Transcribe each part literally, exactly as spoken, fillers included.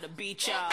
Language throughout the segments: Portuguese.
the beat, y'all.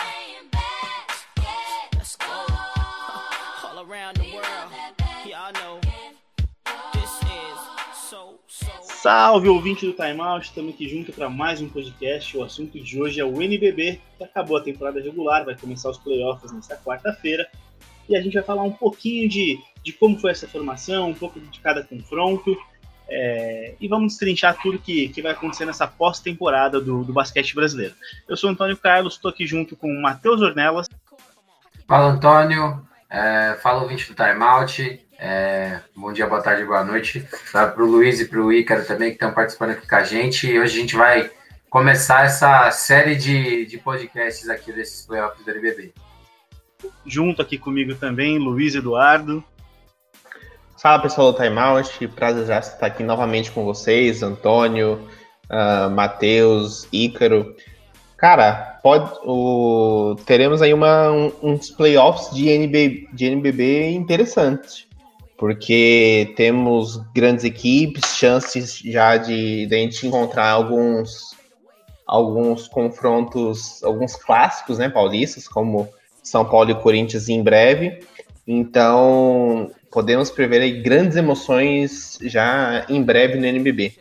Let's go. All around the world. Y'all know. This is so, so... Salve, ouvinte do Time Out. Estamos aqui junto para mais um podcast. O assunto de hoje é o N B B, que acabou a temporada regular, vai começar os playoffs nesta quarta-feira. E a gente vai falar um pouquinho de, de como foi essa formação, um pouco de cada confronto. É, e vamos destrinchar tudo que, que vai acontecer nessa pós-temporada do, do basquete brasileiro. Eu sou o Antônio Carlos, estou aqui junto com o Matheus Ornelas. Fala, Antônio. É, fala, ouvinte do Time Out. É, bom dia, boa tarde, boa noite. Para o Luiz e para o Ícaro também, que estão participando aqui com a gente. E hoje a gente vai começar essa série de, de podcasts aqui desses playoffs do N B B. Junto aqui comigo também, Luiz Eduardo. Fala, pessoal do Time Out, prazer já estar aqui novamente com vocês, Antônio, uh, Matheus, Ícaro. Cara, pode, o, teremos aí uma, um, uns playoffs de, N B, de N B B interessantes, porque temos grandes equipes, chances já de, de a gente encontrar alguns, alguns confrontos, alguns clássicos, né, paulistas, como São Paulo e Corinthians em breve. Então, podemos prever aí grandes emoções já em breve no N B B.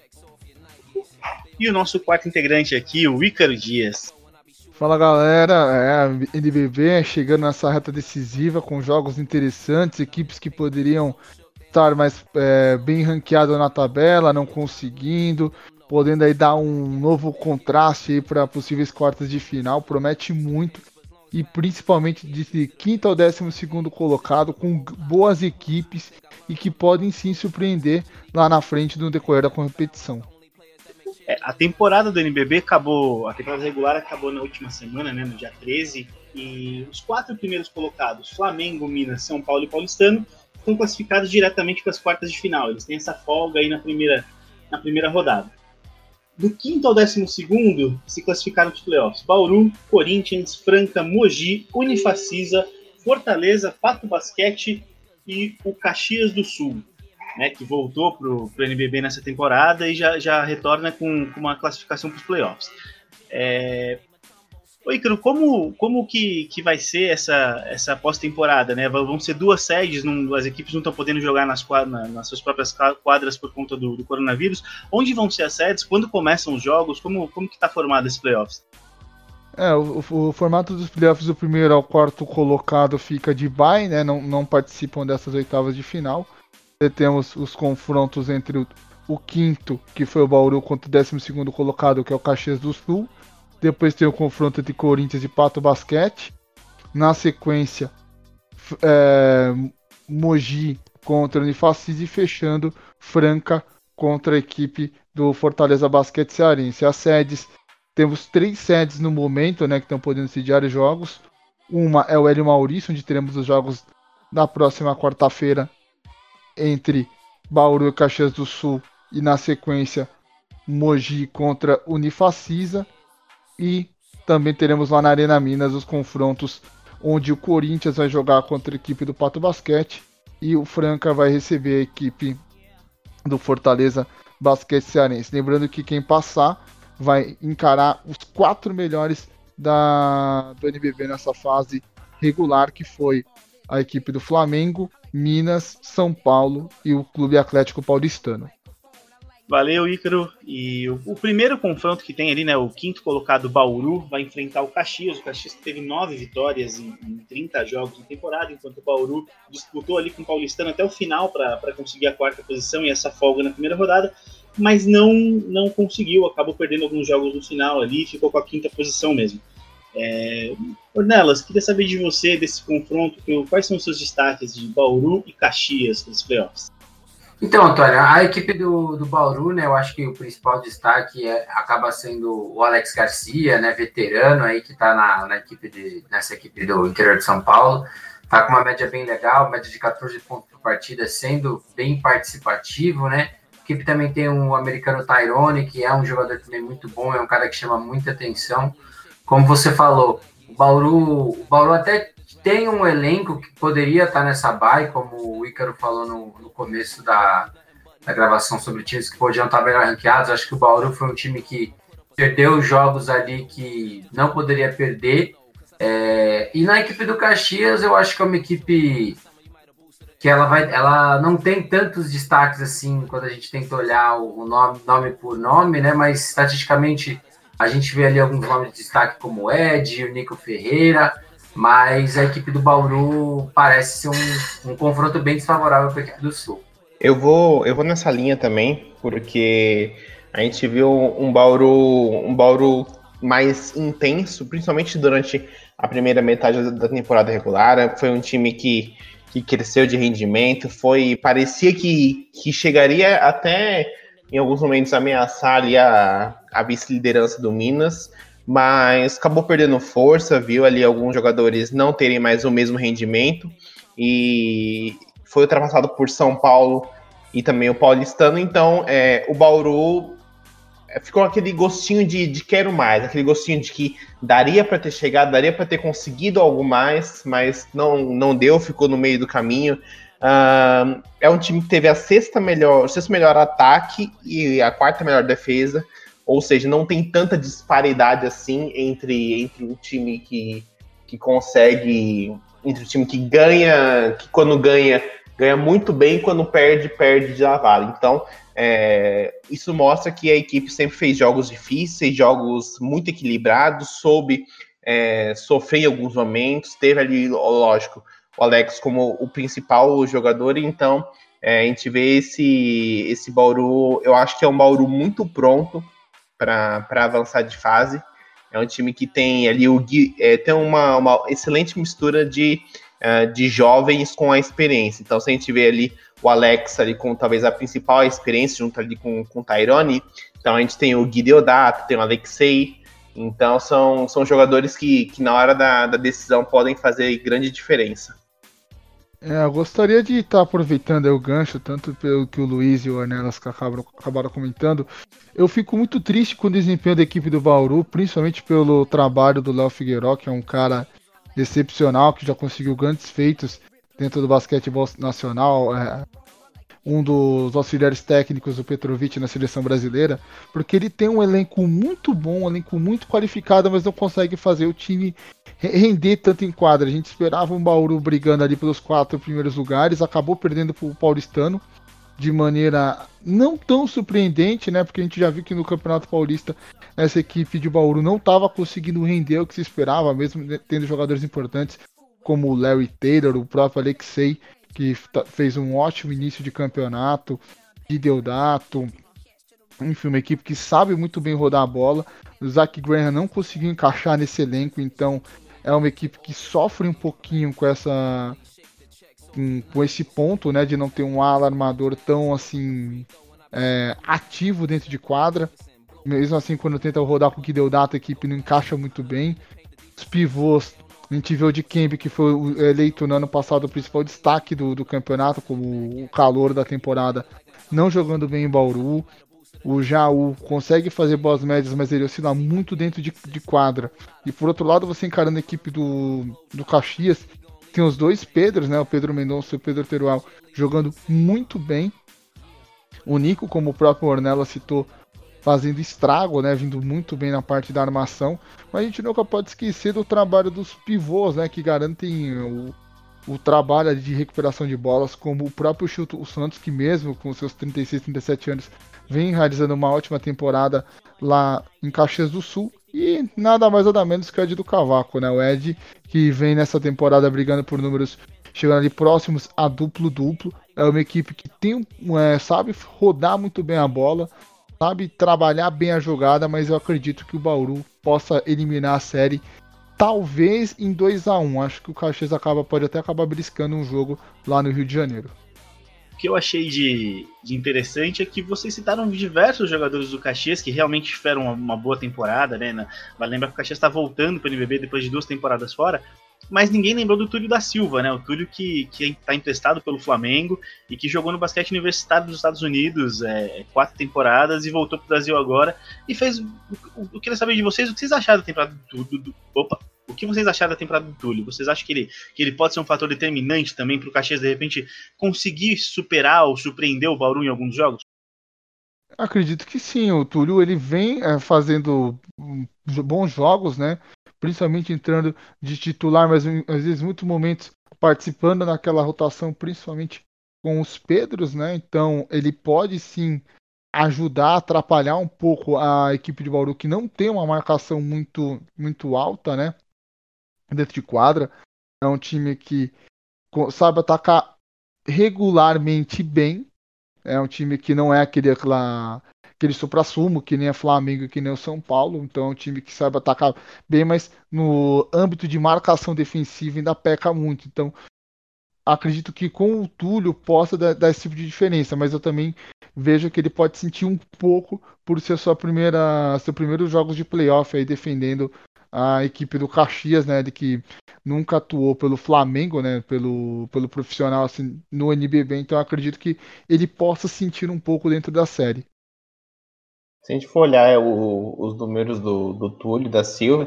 E o nosso quarto integrante aqui, o Ícaro Dias. Fala, galera, é, N B B chegando nessa reta decisiva com jogos interessantes, equipes que poderiam estar mais é, bem ranqueadas na tabela, não conseguindo, podendo aí dar um novo contraste para possíveis quartas de final, promete muito. E principalmente de quinto ao décimo segundo colocado, com boas equipes e que podem sim surpreender lá na frente no decorrer da competição. É, a temporada do N B B acabou, a temporada regular acabou na última semana, né, no dia treze, e os quatro primeiros colocados, Flamengo, Minas, São Paulo e Paulistano, estão classificados diretamente para as quartas de final. Eles têm essa folga aí na primeira, na primeira rodada. Do quinto ao décimo segundo se classificaram os playoffs: Bauru, Corinthians, Franca, Mogi, Unifacisa, Fortaleza, Pato Basquete e o Caxias do Sul, né, que voltou para o N B B nessa temporada e já, já retorna com, com uma classificação para os playoffs. É... Oi, Ícaro, como, como que, que vai ser essa, essa pós-temporada, né? Vão ser duas sedes, não, as equipes não estão podendo jogar nas, na, nas suas próprias quadras por conta do, do coronavírus. Onde vão ser as sedes? Quando começam os jogos? Como, como que está formado esse playoffs? É, o, o, o formato dos playoffs do primeiro ao quarto colocado fica de bye, né? Não, não participam dessas oitavas de final. E temos os confrontos entre o, o quinto, que foi o Bauru, contra o décimo segundo colocado, que é o Caxias do Sul. Depois tem o confronto entre Corinthians e Pato Basquete. Na sequência, é, Mogi contra o Unifacisa e fechando Franca contra a equipe do Fortaleza Basquete Cearense. As sedes, temos três sedes no momento, né, que estão podendo sediar os jogos. Uma é o Hélio Maurício, onde teremos os jogos na próxima quarta-feira entre Bauru e Caxias do Sul. E na sequência, Mogi contra Unifacisa. E também teremos lá na Arena Minas os confrontos onde o Corinthians vai jogar contra a equipe do Pato Basquete e o Franca vai receber a equipe do Fortaleza Basquete Cearense. Lembrando que quem passar vai encarar os quatro melhores da, do N B B nessa fase regular, que foi a equipe do Flamengo, Minas, São Paulo e o Clube Atlético Paulistano. Valeu, Ícaro. E o, o primeiro confronto que tem ali, né, o quinto colocado Bauru, vai enfrentar o Caxias. O Caxias teve nove vitórias em, em trinta jogos de temporada, enquanto o Bauru disputou ali com o Paulistano até o final para conseguir a quarta posição e essa folga na primeira rodada, mas não, não conseguiu, acabou perdendo alguns jogos no final ali e ficou com a quinta posição mesmo. É, Ornelas, queria saber de você, desse confronto, quais são os seus destaques de Bauru e Caxias nos playoffs? Então, Antônio, a equipe do, do Bauru, né, eu acho que o principal destaque é, acaba sendo o Alex Garcia, né, veterano aí que está na, na equipe de, nessa equipe do interior de São Paulo. Está com uma média bem legal, média de catorze pontos por partida, sendo bem participativo, né. A equipe também tem um americano Tyrone, que é um jogador também muito bom, é um cara que chama muita atenção. Como você falou, o Bauru, o Bauru até tem um elenco que poderia estar nessa bye, como o Ícaro falou no, no começo da, da gravação sobre times que podiam estar melhor ranqueados. Acho que o Bauru foi um time que perdeu jogos ali que não poderia perder. É, e na equipe do Caxias, eu acho que é uma equipe que ela, vai, ela não tem tantos destaques assim, quando a gente tenta olhar o nome, nome por nome, né? Mas estatisticamente a gente vê ali alguns nomes de destaque como o Ed, o Nico Ferreira, mas a equipe do Bauru parece ser um, um confronto bem desfavorável para a equipe do Sul. Eu vou, eu vou nessa linha também, porque a gente viu um Bauru, um Bauru mais intenso, principalmente durante a primeira metade da temporada regular. Foi um time que, que cresceu de rendimento, foi, parecia que, que chegaria até, em alguns momentos, ameaçar ali a, a vice-liderança do Minas, mas acabou perdendo força, viu ali alguns jogadores não terem mais o mesmo rendimento, e foi ultrapassado por São Paulo e também o Paulistano. Então é, o Bauru ficou aquele gostinho de, de quero mais, aquele gostinho de que daria para ter chegado, daria para ter conseguido algo mais, mas não, não deu, ficou no meio do caminho. Uh, é um time que teve a sexta melhor, o sexto melhor ataque e a quarta melhor defesa, ou seja, não tem tanta disparidade assim entre, entre o time que, que consegue, entre o time que ganha, que quando ganha, ganha muito bem, quando perde, perde de lavada. Então, é, isso mostra que a equipe sempre fez jogos difíceis, jogos muito equilibrados, soube é, sofrer em alguns momentos, teve ali, lógico, o Alex como o principal jogador, então é, a gente vê esse, esse Bauru, eu acho que é um Bauru muito pronto para avançar de fase. É um time que tem ali o, é, tem uma, uma excelente mistura de, uh, de jovens com a experiência. Então, se a gente vê ali o Alex ali com talvez a principal experiência, junto ali com, com o Tyrone, então a gente tem o Gui Deodato, tem o Alexei, então são, são jogadores que, que na hora da, da decisão podem fazer grande diferença. É, eu gostaria de estar aproveitando o gancho, tanto pelo que o Luiz e o Ornelas acabaram, acabaram comentando. Eu fico muito triste com o desempenho da equipe do Bauru, principalmente pelo trabalho do Léo Figueiró, que é um cara excepcional, que já conseguiu grandes feitos dentro do basquetebol nacional, é um dos auxiliares técnicos do Petrovic na seleção brasileira, porque ele tem um elenco muito bom, um elenco muito qualificado, mas não consegue fazer o time render tanto em quadra. A gente esperava um Bauru brigando ali pelos quatro primeiros lugares, acabou perdendo para o Paulistano de maneira não tão surpreendente, né? Porque a gente já viu que no Campeonato Paulista essa equipe de Bauru não estava conseguindo render o que se esperava, mesmo tendo jogadores importantes como o Larry Taylor, o próprio Alexei, que fez um ótimo início de campeonato, de Deodato, enfim, uma equipe que sabe muito bem rodar a bola. O Zach Graham não conseguiu encaixar nesse elenco, então é uma equipe que sofre um pouquinho com essa com, com esse ponto, né, de não ter um ala armador tão assim é, ativo dentro de quadra. Mesmo assim, quando tenta rodar com o que Deodato, a equipe não encaixa muito bem. Os pivôs, a gente vê o Dikembe, que foi eleito no ano passado o principal destaque do, do campeonato, como o calor da temporada, não jogando bem em Bauru. O Jaú consegue fazer boas médias, mas ele oscila muito dentro de, de quadra. E por outro lado, você encarando a equipe do, do Caxias, tem os dois Pedros, né? O Pedro Mendonça e o Pedro Teruel, jogando muito bem. O Nico, como o próprio Ornella citou, fazendo estrago, né? Vindo muito bem na parte da armação. Mas a gente nunca pode esquecer do trabalho dos pivôs, né? Que garantem o, o trabalho de recuperação de bolas, como o próprio Chilton Santos, que mesmo com seus trinta e seis, trinta e sete anos, vem realizando uma ótima temporada lá em Caxias do Sul. E nada mais nada menos que o Ed do Cavaco, né? O Ed que vem nessa temporada brigando por números, chegando ali próximos a duplo-duplo. É uma equipe que tem, é, sabe rodar muito bem a bola, sabe trabalhar bem a jogada, mas eu acredito que o Bauru possa eliminar a série, talvez em dois a um. Acho que o Caxias acaba, pode até acabar briscando um jogo lá no Rio de Janeiro. O que eu achei de, de interessante é que vocês citaram diversos jogadores do Caxias que realmente tiveram uma, uma boa temporada, né? Na, vale lembrar que o Caxias está voltando para o N B B depois de duas temporadas fora, mas ninguém lembrou do Túlio da Silva, né? O Túlio que está emprestado pelo Flamengo e que jogou no basquete universitário dos Estados Unidos é, quatro temporadas e voltou para o Brasil agora e fez. Eu queria saber de vocês o que vocês acharam da temporada do, do, do opa, o que vocês acharam da temporada do Túlio? Vocês acham que ele, que ele pode ser um fator determinante também para o Caxias de repente conseguir superar ou surpreender o Bauru em alguns jogos? Acredito que sim. O Túlio ele vem é, fazendo hum, bons jogos, né? Principalmente entrando de titular, mas em- às vezes muitos momentos participando naquela rotação, principalmente com os Pedros, né? Então ele pode sim ajudar, atrapalhar um pouco a equipe de Bauru, que não tem uma marcação muito, muito alta, né? Dentro de quadra. É um time que co- sabe atacar regularmente bem. É um time que não é aquele, aquela, aquele suprassumo, que nem a Flamengo, que nem o São Paulo. Então é um time que sabe atacar bem, mas no âmbito de marcação defensiva ainda peca muito. Então acredito que com o Túlio possa dar, dar esse tipo de diferença, mas eu também vejo que ele pode sentir um pouco por ser sua primeira, seu primeiro jogos de playoff aí defendendo a equipe do Caxias, né, de que nunca atuou pelo Flamengo, né, pelo, pelo profissional assim no N B B, então eu acredito que ele possa sentir um pouco dentro da série. Se a gente for olhar o- os números do, do Túlio da Silva,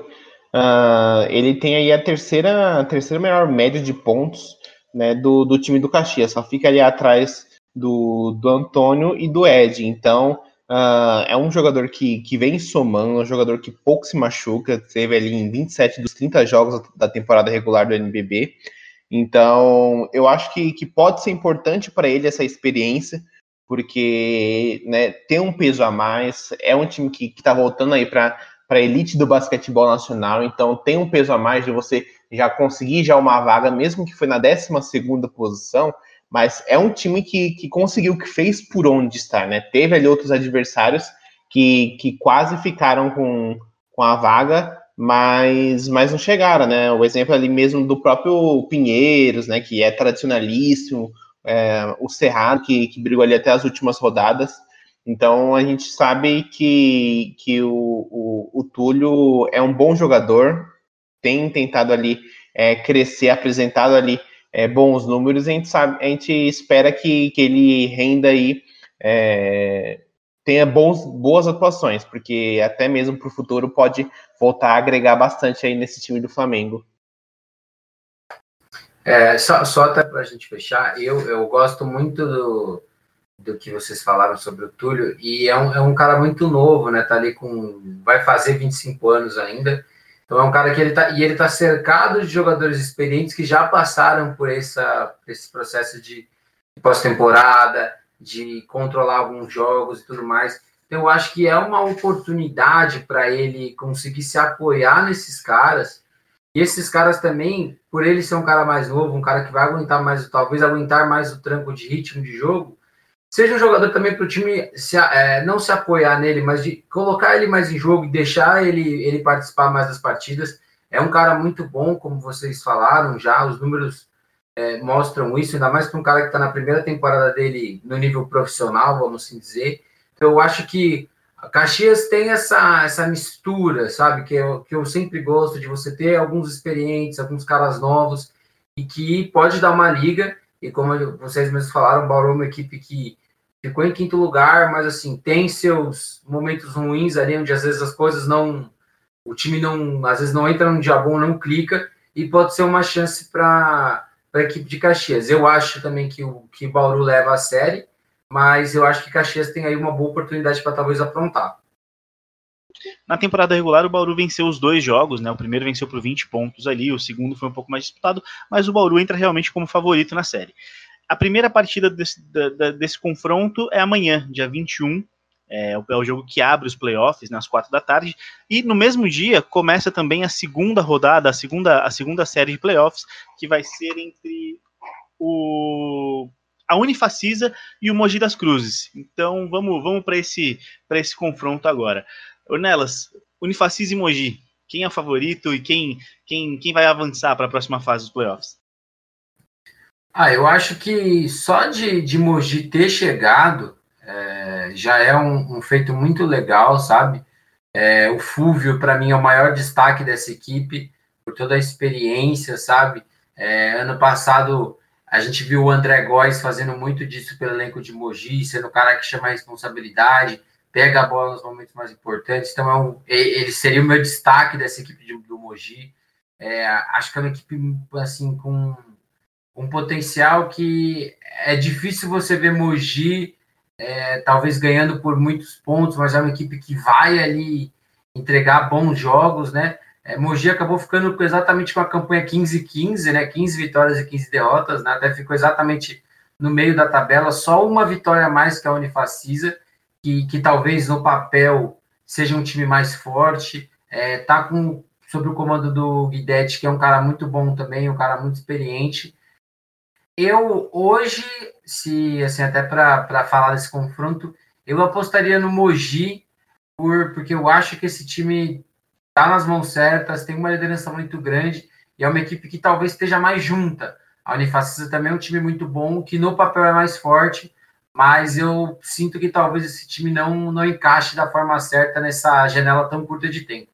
ah, ele tem aí a terceira, a terceira maior média de pontos, né, do, do time do Caxias, só fica ali atrás do, do Antônio e do Ed. Então, ah, é um jogador que, que vem somando, um jogador que pouco se machuca, teve ali em vinte e sete dos trinta jogos da temporada regular do N B B. Então, eu acho que, que pode ser importante para ele essa experiência, porque, né, tem um peso a mais, é um time que está voltando aí para a elite do basquetebol nacional, então tem um peso a mais de você já conseguir já uma vaga, mesmo que foi na décima segunda posição, mas é um time que, que conseguiu, que fez por onde estar, né? Teve ali outros adversários que, que quase ficaram com, com a vaga, mas, mas não chegaram, né? O exemplo ali mesmo do próprio Pinheiros, né, que é tradicionalíssimo, é, o Cerrado, que, que brigou ali até as últimas rodadas. Então a gente sabe que, que o, o, o Túlio é um bom jogador, tem tentado ali é, crescer, apresentado ali é, bons números, a gente, sabe, a gente espera que, que ele renda aí, é, tenha bons, boas atuações, porque até mesmo para o futuro pode voltar a agregar bastante aí nesse time do Flamengo. É, só, só até para a gente fechar, eu, eu gosto muito do, do que vocês falaram sobre o Túlio, e é um, é um cara muito novo, né? Tá ali com. Vai fazer vinte e cinco anos ainda. Então é um cara que ele tá. E ele tá cercado de jogadores experientes que já passaram por essa, esse processo de pós-temporada, de controlar alguns jogos e tudo mais. Então eu acho que é uma oportunidade para ele conseguir se apoiar nesses caras. E esses caras também, por ele ser um cara mais novo, um cara que vai aguentar mais, talvez aguentar mais o tranco de ritmo de jogo, seja um jogador também para o time se, é, não se apoiar nele, mas de colocar ele mais em jogo e deixar ele, ele participar mais das partidas. É um cara muito bom, como vocês falaram já, os números é, mostram isso, ainda mais para um cara que está na primeira temporada dele no nível profissional, vamos assim dizer. Então eu acho que a Caxias tem essa, essa mistura, sabe, que eu, que eu sempre gosto de você ter alguns experientes, alguns caras novos, e que pode dar uma liga, e como vocês mesmos falaram, o Bauru é uma equipe que ficou em quinto lugar, mas assim, tem seus momentos ruins ali, onde às vezes as coisas não, o time não, às vezes não entra num dia bom, não clica, e pode ser uma chance para a equipe de Caxias. Eu acho também que o que Bauru leva a série, mas eu acho que Caxias tem aí uma boa oportunidade para talvez aprontar. Na temporada regular, o Bauru venceu os dois jogos, né? O primeiro venceu por vinte pontos ali, o segundo foi um pouco mais disputado, mas o Bauru entra realmente como favorito na série. A primeira partida desse, da, desse confronto é amanhã, dia vinte e um. É, é o jogo que abre os playoffs, nas quatro da tarde. E no mesmo dia começa também a segunda rodada, a segunda, a segunda série de playoffs, que vai ser entre o, a Unifacisa e o Mogi das Cruzes. Então vamos, vamos para esse, para esse confronto agora. Ornelas, Unifacisa e Mogi, quem é o favorito e quem, quem, quem vai avançar para a próxima fase dos playoffs? Ah, eu acho que só de, de Mogi ter chegado é, já é um, um feito muito legal, sabe? É, o Fúvio, para mim, é o maior destaque dessa equipe, por toda a experiência, sabe? É, ano passado, a gente viu o André Góes fazendo muito disso pelo elenco de Mogi, sendo o cara que chama a responsabilidade, pega a bola nos momentos mais importantes. Então, é um, ele seria o meu destaque dessa equipe de, do Mogi. É, acho que é uma equipe, assim, com um potencial que é difícil você ver Mogi é, talvez ganhando por muitos pontos, mas é uma equipe que vai ali entregar bons jogos, né? É, Mogi acabou ficando exatamente com a campanha quinze quinze, né? quinze vitórias e quinze derrotas, né? Até ficou exatamente no meio da tabela, só uma vitória a mais que a Unifacisa, que, que talvez no papel seja um time mais forte, é, tá com, sob o comando do Guidetti, que é um cara muito bom também, um cara muito experiente. Eu, hoje, se assim, até para falar desse confronto, eu apostaria no Mogi, por, porque eu acho que esse time tá nas mãos certas, tem uma liderança muito grande, e é uma equipe que talvez esteja mais junta. A Unifacisa também é um time muito bom, que no papel é mais forte, mas eu sinto que talvez esse time não, não encaixe da forma certa nessa janela tão curta de tempo.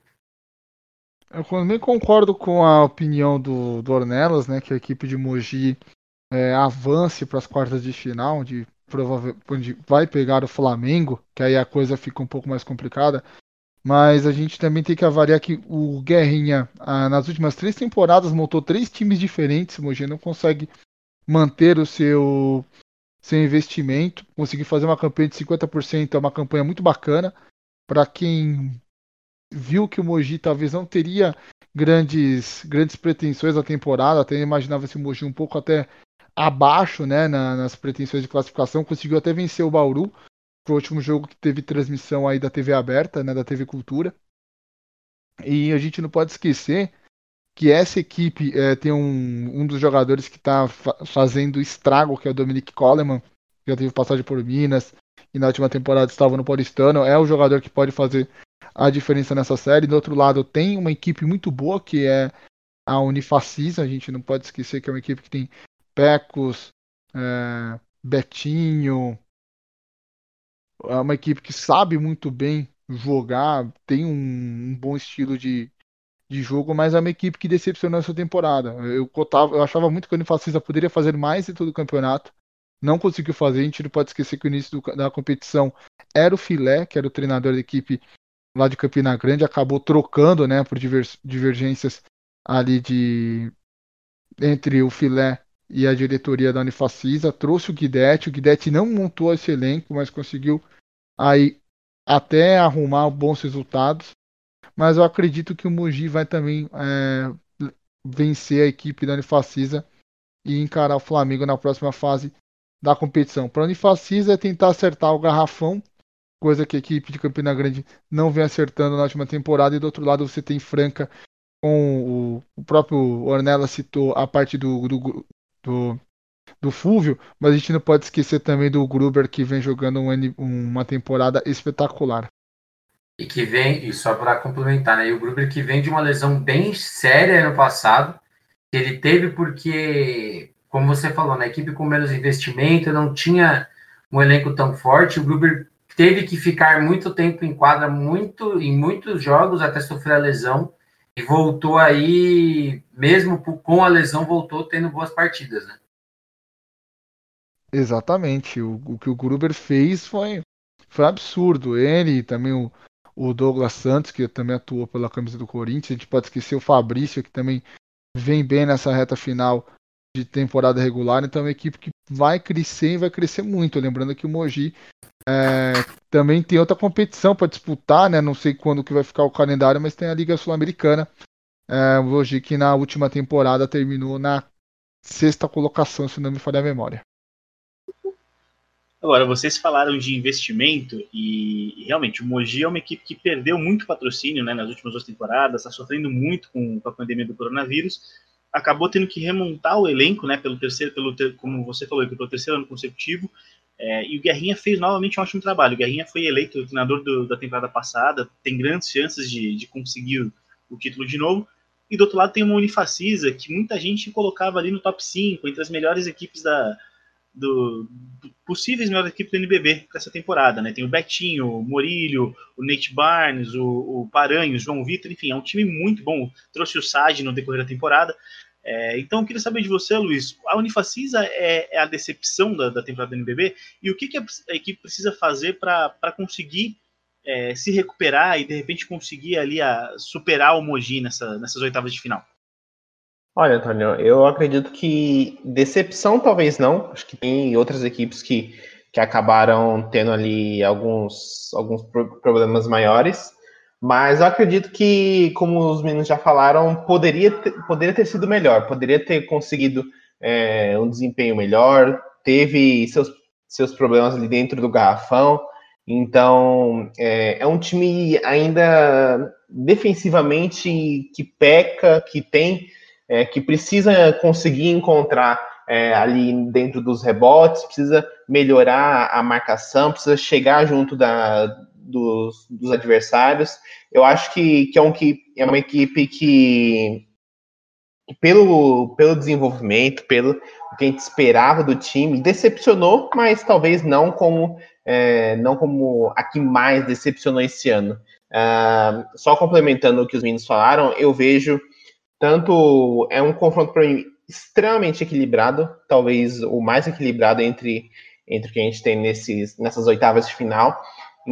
Eu também concordo com a opinião do, do Ornelas, né, que a equipe de Mogi é, avance para as quartas de final, onde, onde vai pegar o Flamengo, que aí a coisa fica um pouco mais complicada. Mas a gente também tem que avaliar que o Guerrinha, ah, nas últimas três temporadas, montou três times diferentes. O Mogi não consegue manter o seu, seu investimento. Conseguir fazer uma campanha de cinquenta por cento é uma campanha muito bacana. Para quem viu que o Mogi talvez não teria grandes, grandes pretensões na temporada, até imaginava esse Mogi um pouco até abaixo, né, na, nas pretensões de classificação. Conseguiu até vencer o Bauru. Foi o último jogo que teve transmissão aí da T V aberta, né, da T V Cultura. E a gente não pode esquecer que essa equipe é, tem um, um dos jogadores que está fa fazendo estrago, que é o Dominic Coleman, que já teve passagem por Minas e na última temporada estava no Paulistano. É o jogador que pode fazer a diferença nessa série. Do outro lado, tem uma equipe muito boa, que é a Unifacisa. A gente não pode esquecer que é uma equipe que tem Pecos, é, Betinho. É uma equipe que sabe muito bem jogar, tem um, um bom estilo de, de jogo, mas é uma equipe que decepcionou essa temporada. Eu, cotava, eu achava muito que a Unifacisa poderia fazer mais em todo o campeonato, não conseguiu fazer. A gente não pode esquecer que o início do, da competição era o Filé, que era o treinador da equipe lá de Campina Grande, acabou trocando, né, por diver, divergências ali de entre o Filé e a diretoria da Unifacisa, trouxe o Guidetti. O Guidetti não montou esse elenco, mas conseguiu aí até arrumar bons resultados. Mas eu acredito que o Mogi vai também é, vencer a equipe da Unifacisa e encarar o Flamengo na próxima fase da competição. Para a Unifacisa é tentar acertar o garrafão, coisa que a equipe de Campina Grande não vem acertando na última temporada. E do outro lado você tem Franca, com o, o próprio Ornella citou a parte do, do, do, do Fúvio, mas a gente não pode esquecer também do Gruber, que vem jogando um, uma temporada espetacular. E que vem, e só para complementar, né? E o Gruber que vem de uma lesão bem séria ano passado, que ele teve porque, como você falou, na equipe com menos investimento, não tinha um elenco tão forte. O Gruber teve que ficar muito tempo em quadra, muito, em muitos jogos, até sofrer a lesão. E voltou aí, mesmo com a lesão, voltou tendo boas partidas, né? Exatamente. O, o que o Gruber fez foi, foi absurdo. Ele e também o, o Douglas Santos, que também atuou pela camisa do Corinthians. A gente pode esquecer o Fabrício, que também vem bem nessa reta final de temporada regular. Então é uma equipe que vai crescer e vai crescer muito. Lembrando que o Mogi é, também tem outra competição para disputar, né? Não sei quando que vai ficar o calendário, mas tem a Liga Sul-Americana. É, o Mogi que na última temporada terminou na sexta colocação, se não me falha a memória. Agora, vocês falaram de investimento e, e realmente o Mogi é uma equipe que perdeu muito patrocínio, né, nas últimas duas temporadas, está sofrendo muito com, com a pandemia do coronavírus, acabou tendo que remontar o elenco, né, pelo terceiro, pelo ter, como você falou, pelo terceiro ano consecutivo, é, e o Guerrinha fez novamente um ótimo trabalho. O Guerrinha foi eleito o treinador do, da temporada passada, tem grandes chances de, de conseguir o, o título de novo. E do outro lado tem uma Unifacisa, que muita gente colocava ali no top cinco, entre as melhores equipes da, do, do possíveis melhores equipes do N B B para essa temporada, né? Tem o Betinho, o Morílio, o Nate Barnes, o, o Paranho, o João Vitor, enfim, é um time muito bom. Trouxe o Sage no decorrer da temporada. É, então, eu queria saber de você, Luiz, a Unifacisa é, é a decepção da, da temporada do N B B? E o que, que a, a equipe precisa fazer para conseguir É, se recuperar e de repente conseguir ali a, superar o Mogi nessa, nessas oitavas de final? Olha, Antônio, eu acredito que decepção talvez não. Acho que tem outras equipes que que acabaram tendo ali alguns, alguns problemas maiores. Mas eu acredito que, como os meninos já falaram, poderia ter, poderia ter sido melhor, poderia ter conseguido é, um desempenho melhor, teve seus, seus problemas ali dentro do garrafão. Então, é, é um time ainda defensivamente que peca, que tem, é, que precisa conseguir encontrar é, ali dentro dos rebotes, precisa melhorar a marcação, precisa chegar junto da, dos, dos adversários. Eu acho que, que, é, um, que é uma equipe que, que pelo, pelo desenvolvimento, pelo que a gente esperava do time, decepcionou, mas talvez não como, é, não como a que mais decepcionou esse ano. Uh, só complementando o que os meninos falaram, eu vejo tanto, é um confronto para mim extremamente equilibrado, talvez o mais equilibrado entre, entre o que a gente tem nesses, nessas oitavas de final.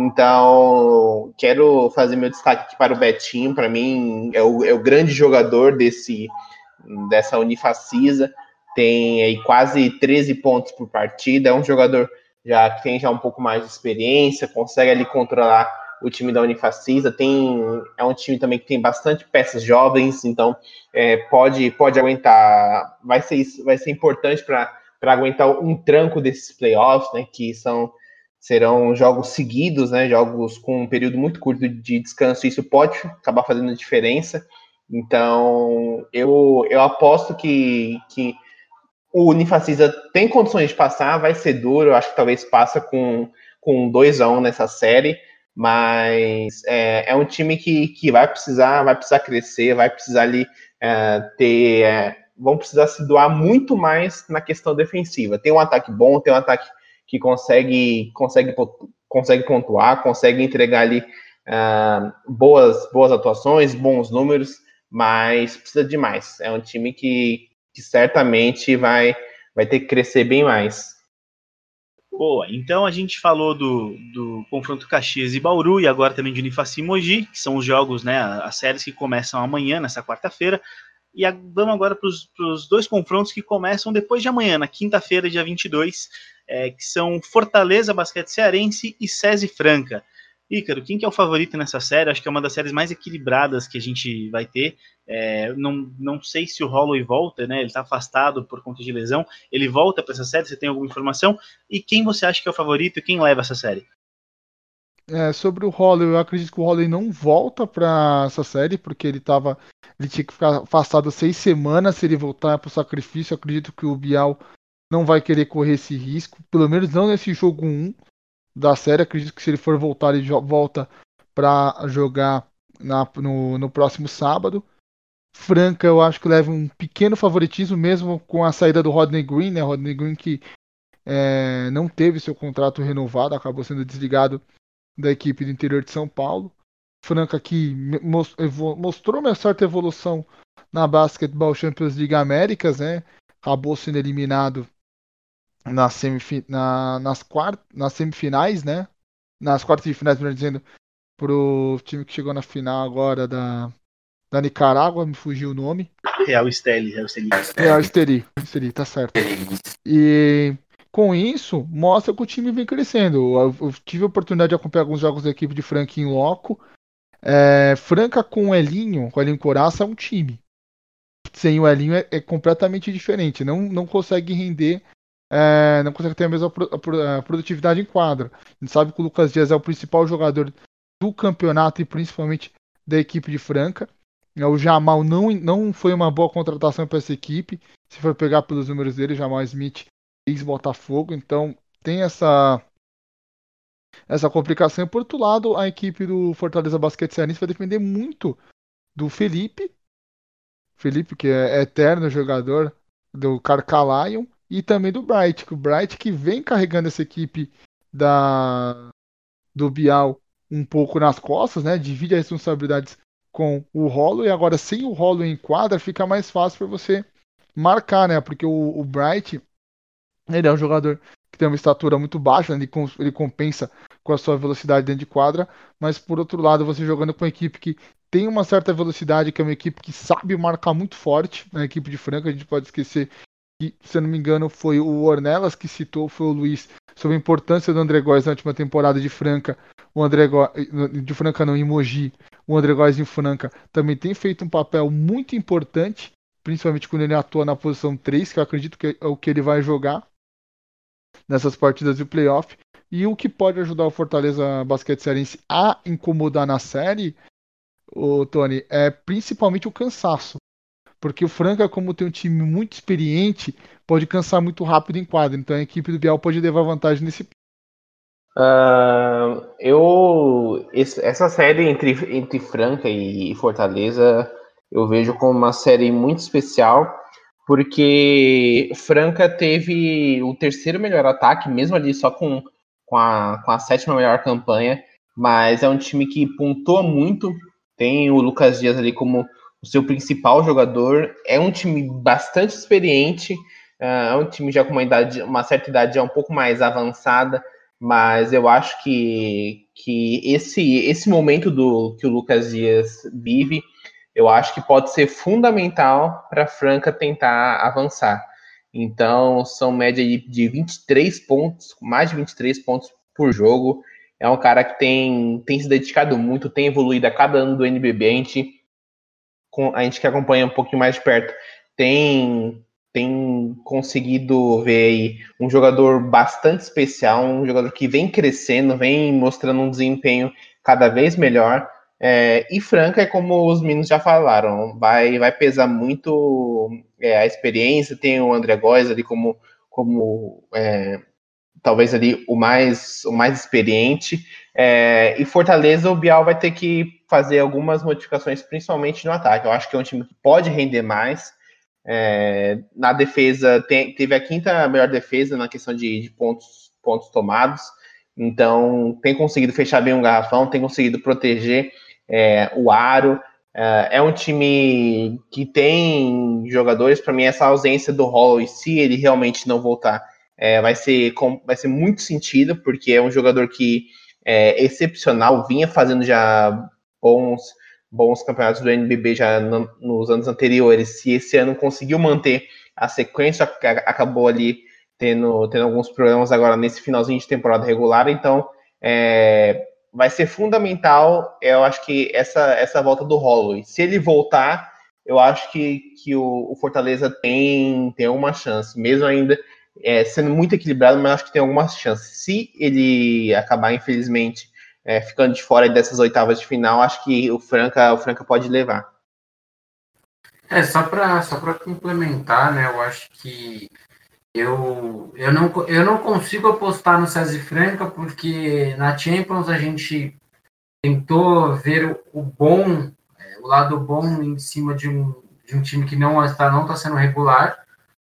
Então, quero fazer meu destaque aqui para o Betinho. Para mim, é o, é o grande jogador desse, dessa Unifacisa. Tem aí quase treze pontos por partida. É um jogador já que tem já um pouco mais de experiência, consegue ali controlar o time da Unifacisa. Tem, é um time também que tem bastante peças jovens, então é, pode, pode aguentar. Vai ser, vai ser importante para aguentar um tranco desses playoffs, né, que são... serão jogos seguidos, né, jogos com um período muito curto de descanso, isso pode acabar fazendo diferença. Então, eu, eu aposto que, que o Unifacisa tem condições de passar, vai ser duro, eu acho que talvez passa com, com dois a um nessa série, mas é, é um time que, que vai precisar, vai precisar crescer, vai precisar ali é, ter... É, vão precisar se doar muito mais na questão defensiva. Tem um ataque bom, tem um ataque que consegue, consegue, consegue pontuar, consegue entregar ali uh, boas, boas atuações, bons números, mas precisa de mais. É um time que, que certamente vai, vai ter que crescer bem mais. Boa, então a gente falou do, do confronto Caxias e Bauru, e agora também de Unifaci e Mogi, que são os jogos, né, as séries que começam amanhã, nessa quarta-feira. E a, vamos agora para os dois confrontos que começam depois de amanhã, na quinta-feira, dia vinte e dois, é, que são Fortaleza Basquete Cearense e SESI Franca. Ícaro, quem que é o favorito nessa série? Acho que é uma das séries mais equilibradas que a gente vai ter. É, não, não sei se o Holloway volta, né? Ele está afastado por conta de lesão. Ele volta para essa série? Você tem alguma informação? E quem você acha que é o favorito e quem leva essa série? É, sobre o Holloway, eu acredito que o Holloway não volta para essa série, porque ele tava, ele tinha que ficar afastado seis semanas. Se ele voltar para o sacrifício, eu acredito que o Bial não vai querer correr esse risco, pelo menos não nesse jogo um da série. Acredito que se ele for voltar, ele volta para jogar na, no, no próximo sábado. Franca, eu acho que leva um pequeno favoritismo, mesmo com a saída do Rodney Green, né? Rodney Green que é, não teve seu contrato renovado, acabou sendo desligado da equipe do interior de São Paulo. Franca que mostrou uma certa evolução na Basketball Champions League Américas, né? Acabou sendo eliminado na semif na, nas, quart nas semifinais, né? Nas quartas de finais, melhor dizendo, pro time que chegou na final agora da, da Nicarágua, me fugiu o nome. Real Esteli, Real Esteli. Real Esteli, Esteli, tá certo. E com isso, mostra que o time vem crescendo. Eu, eu tive a oportunidade de acompanhar alguns jogos da equipe de Franca em loco. É, Franca com o Elinho, com o Elinho Coraça, é um time. Sem o Elinho é, é completamente diferente. Não, não consegue render. É, não consegue ter a mesma produtividade em quadra. A gente sabe que o Lucas Dias é o principal jogador do campeonato e principalmente da equipe de Franca. O Jamal não, não foi uma boa contratação para essa equipe. Se for pegar pelos números dele, Jamal Smith, ex-Botafogo. Então tem essa, essa complicação. E por outro lado, a equipe do Fortaleza Basquete Cearense vai depender muito do Felipe. Felipe, que é eterno jogador do Carcalion. E também do Bright, que o Bright que vem carregando essa equipe da, do Bial um pouco nas costas, né? Divide as responsabilidades com o Holloway. E agora, sem o Holloway em quadra, fica mais fácil para você marcar, né? Porque o, o Bright, ele é um jogador que tem uma estatura muito baixa, né? ele, ele compensa com a sua velocidade dentro de quadra, mas por outro lado, você jogando com uma equipe que tem uma certa velocidade, que é uma equipe que sabe marcar muito forte, na equipe de Franca, a gente pode esquecer que, se eu não me engano, foi o Ornelas que citou, foi o Luiz, sobre a importância do André Góes na última temporada de Franca, o André Góes, de Franca não, em Mogi, o André Góes em Franca também tem feito um papel muito importante, principalmente quando ele atua na posição três, que eu acredito que é o que ele vai jogar nessas partidas de playoff. E o que pode ajudar o Fortaleza Basquete Cearense a incomodar na série, o Tony, é principalmente o cansaço. Porque o Franca, como tem um time muito experiente, pode cansar muito rápido em quadra. Então a equipe do Bial pode levar vantagem nesse. Uh, eu esse, essa série entre, entre Franca e Fortaleza eu vejo como uma série muito especial, porque Franca teve o terceiro melhor ataque, mesmo ali só com, com, a, com a sétima melhor campanha, mas é um time que pontua muito, tem o Lucas Dias ali como o seu principal jogador, é um time bastante experiente, é um time já com uma, idade, uma certa idade já um pouco mais avançada, mas eu acho que, que esse, esse momento do que o Lucas Dias vive, eu acho que pode ser fundamental para a Franca tentar avançar. Então, são média de vinte e três pontos, mais de vinte e três pontos por jogo. É um cara que tem, tem se dedicado muito, tem evoluído a cada ano do N B B. A gente, a gente que acompanha um pouquinho mais de perto tem, tem conseguido ver aí um jogador bastante especial, um jogador que vem crescendo, vem mostrando um desempenho cada vez melhor. É, e Franca, é como os meninos já falaram, vai, vai pesar muito é, a experiência. Tem o André Góes ali como, como é, talvez ali o mais, o mais experiente, é, e Fortaleza, o Bial vai ter que fazer algumas modificações, principalmente no ataque. Eu acho que é um time que pode render mais. É, na defesa, tem, teve a quinta melhor defesa na questão de, de pontos, pontos tomados, então tem conseguido fechar bem um garrafão, tem conseguido proteger é, o aro. É, é um time que tem jogadores. Para mim, essa ausência do Holloway, se ele realmente não voltar, é, vai, ser, vai ser muito sentido, porque é um jogador que é excepcional, vinha fazendo já bons, bons campeonatos do N B B já no, nos anos anteriores. Se esse ano conseguiu manter a sequência, acabou ali tendo, tendo alguns problemas agora nesse finalzinho de temporada regular. Então, é, vai ser fundamental, eu acho que essa, essa volta do Holloway. Se ele voltar, eu acho que, que o, o Fortaleza tem, tem uma chance, mesmo ainda é, sendo muito equilibrado, mas acho que tem algumas chances. Se ele acabar, infelizmente, é, ficando de fora dessas oitavas de final, acho que o Franca, o Franca pode levar. É, só para só para complementar, né, eu acho que eu, eu, não, eu não consigo apostar no César Franca, porque na Champions a gente tentou ver o, o bom, é, o lado bom em cima de um, de um time que não está não está sendo regular.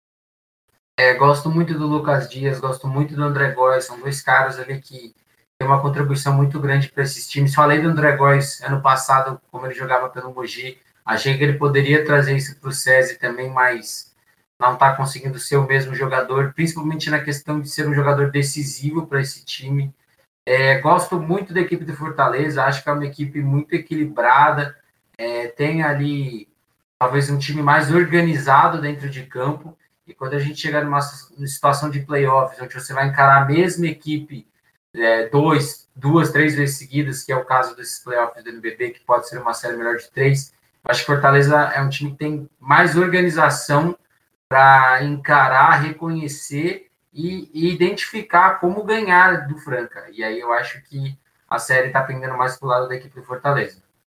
É, gosto muito do Lucas Dias, gosto muito do André Góes, são dois caras ali que tem uma contribuição muito grande para esses times. Falei do André Góes ano passado, como ele jogava pelo Mogi, achei que ele poderia trazer isso para o SESI também, mas não está conseguindo ser o mesmo jogador, principalmente na questão de ser um jogador decisivo para esse time. É, gosto muito da equipe do Fortaleza, acho que é uma equipe muito equilibrada, é, tem ali talvez um time mais organizado dentro de campo, e quando a gente chegar numa situação de playoffs, onde você vai encarar a mesma equipe é, dois, duas, três vezes seguidas, que é o caso desses playoffs do N B B, que pode ser uma série melhor de três, acho que Fortaleza é um time que tem mais organização para encarar, reconhecer e, e identificar como ganhar do Franca. E aí eu acho que a série está pendendo mais para o lado da equipe do Fortaleza.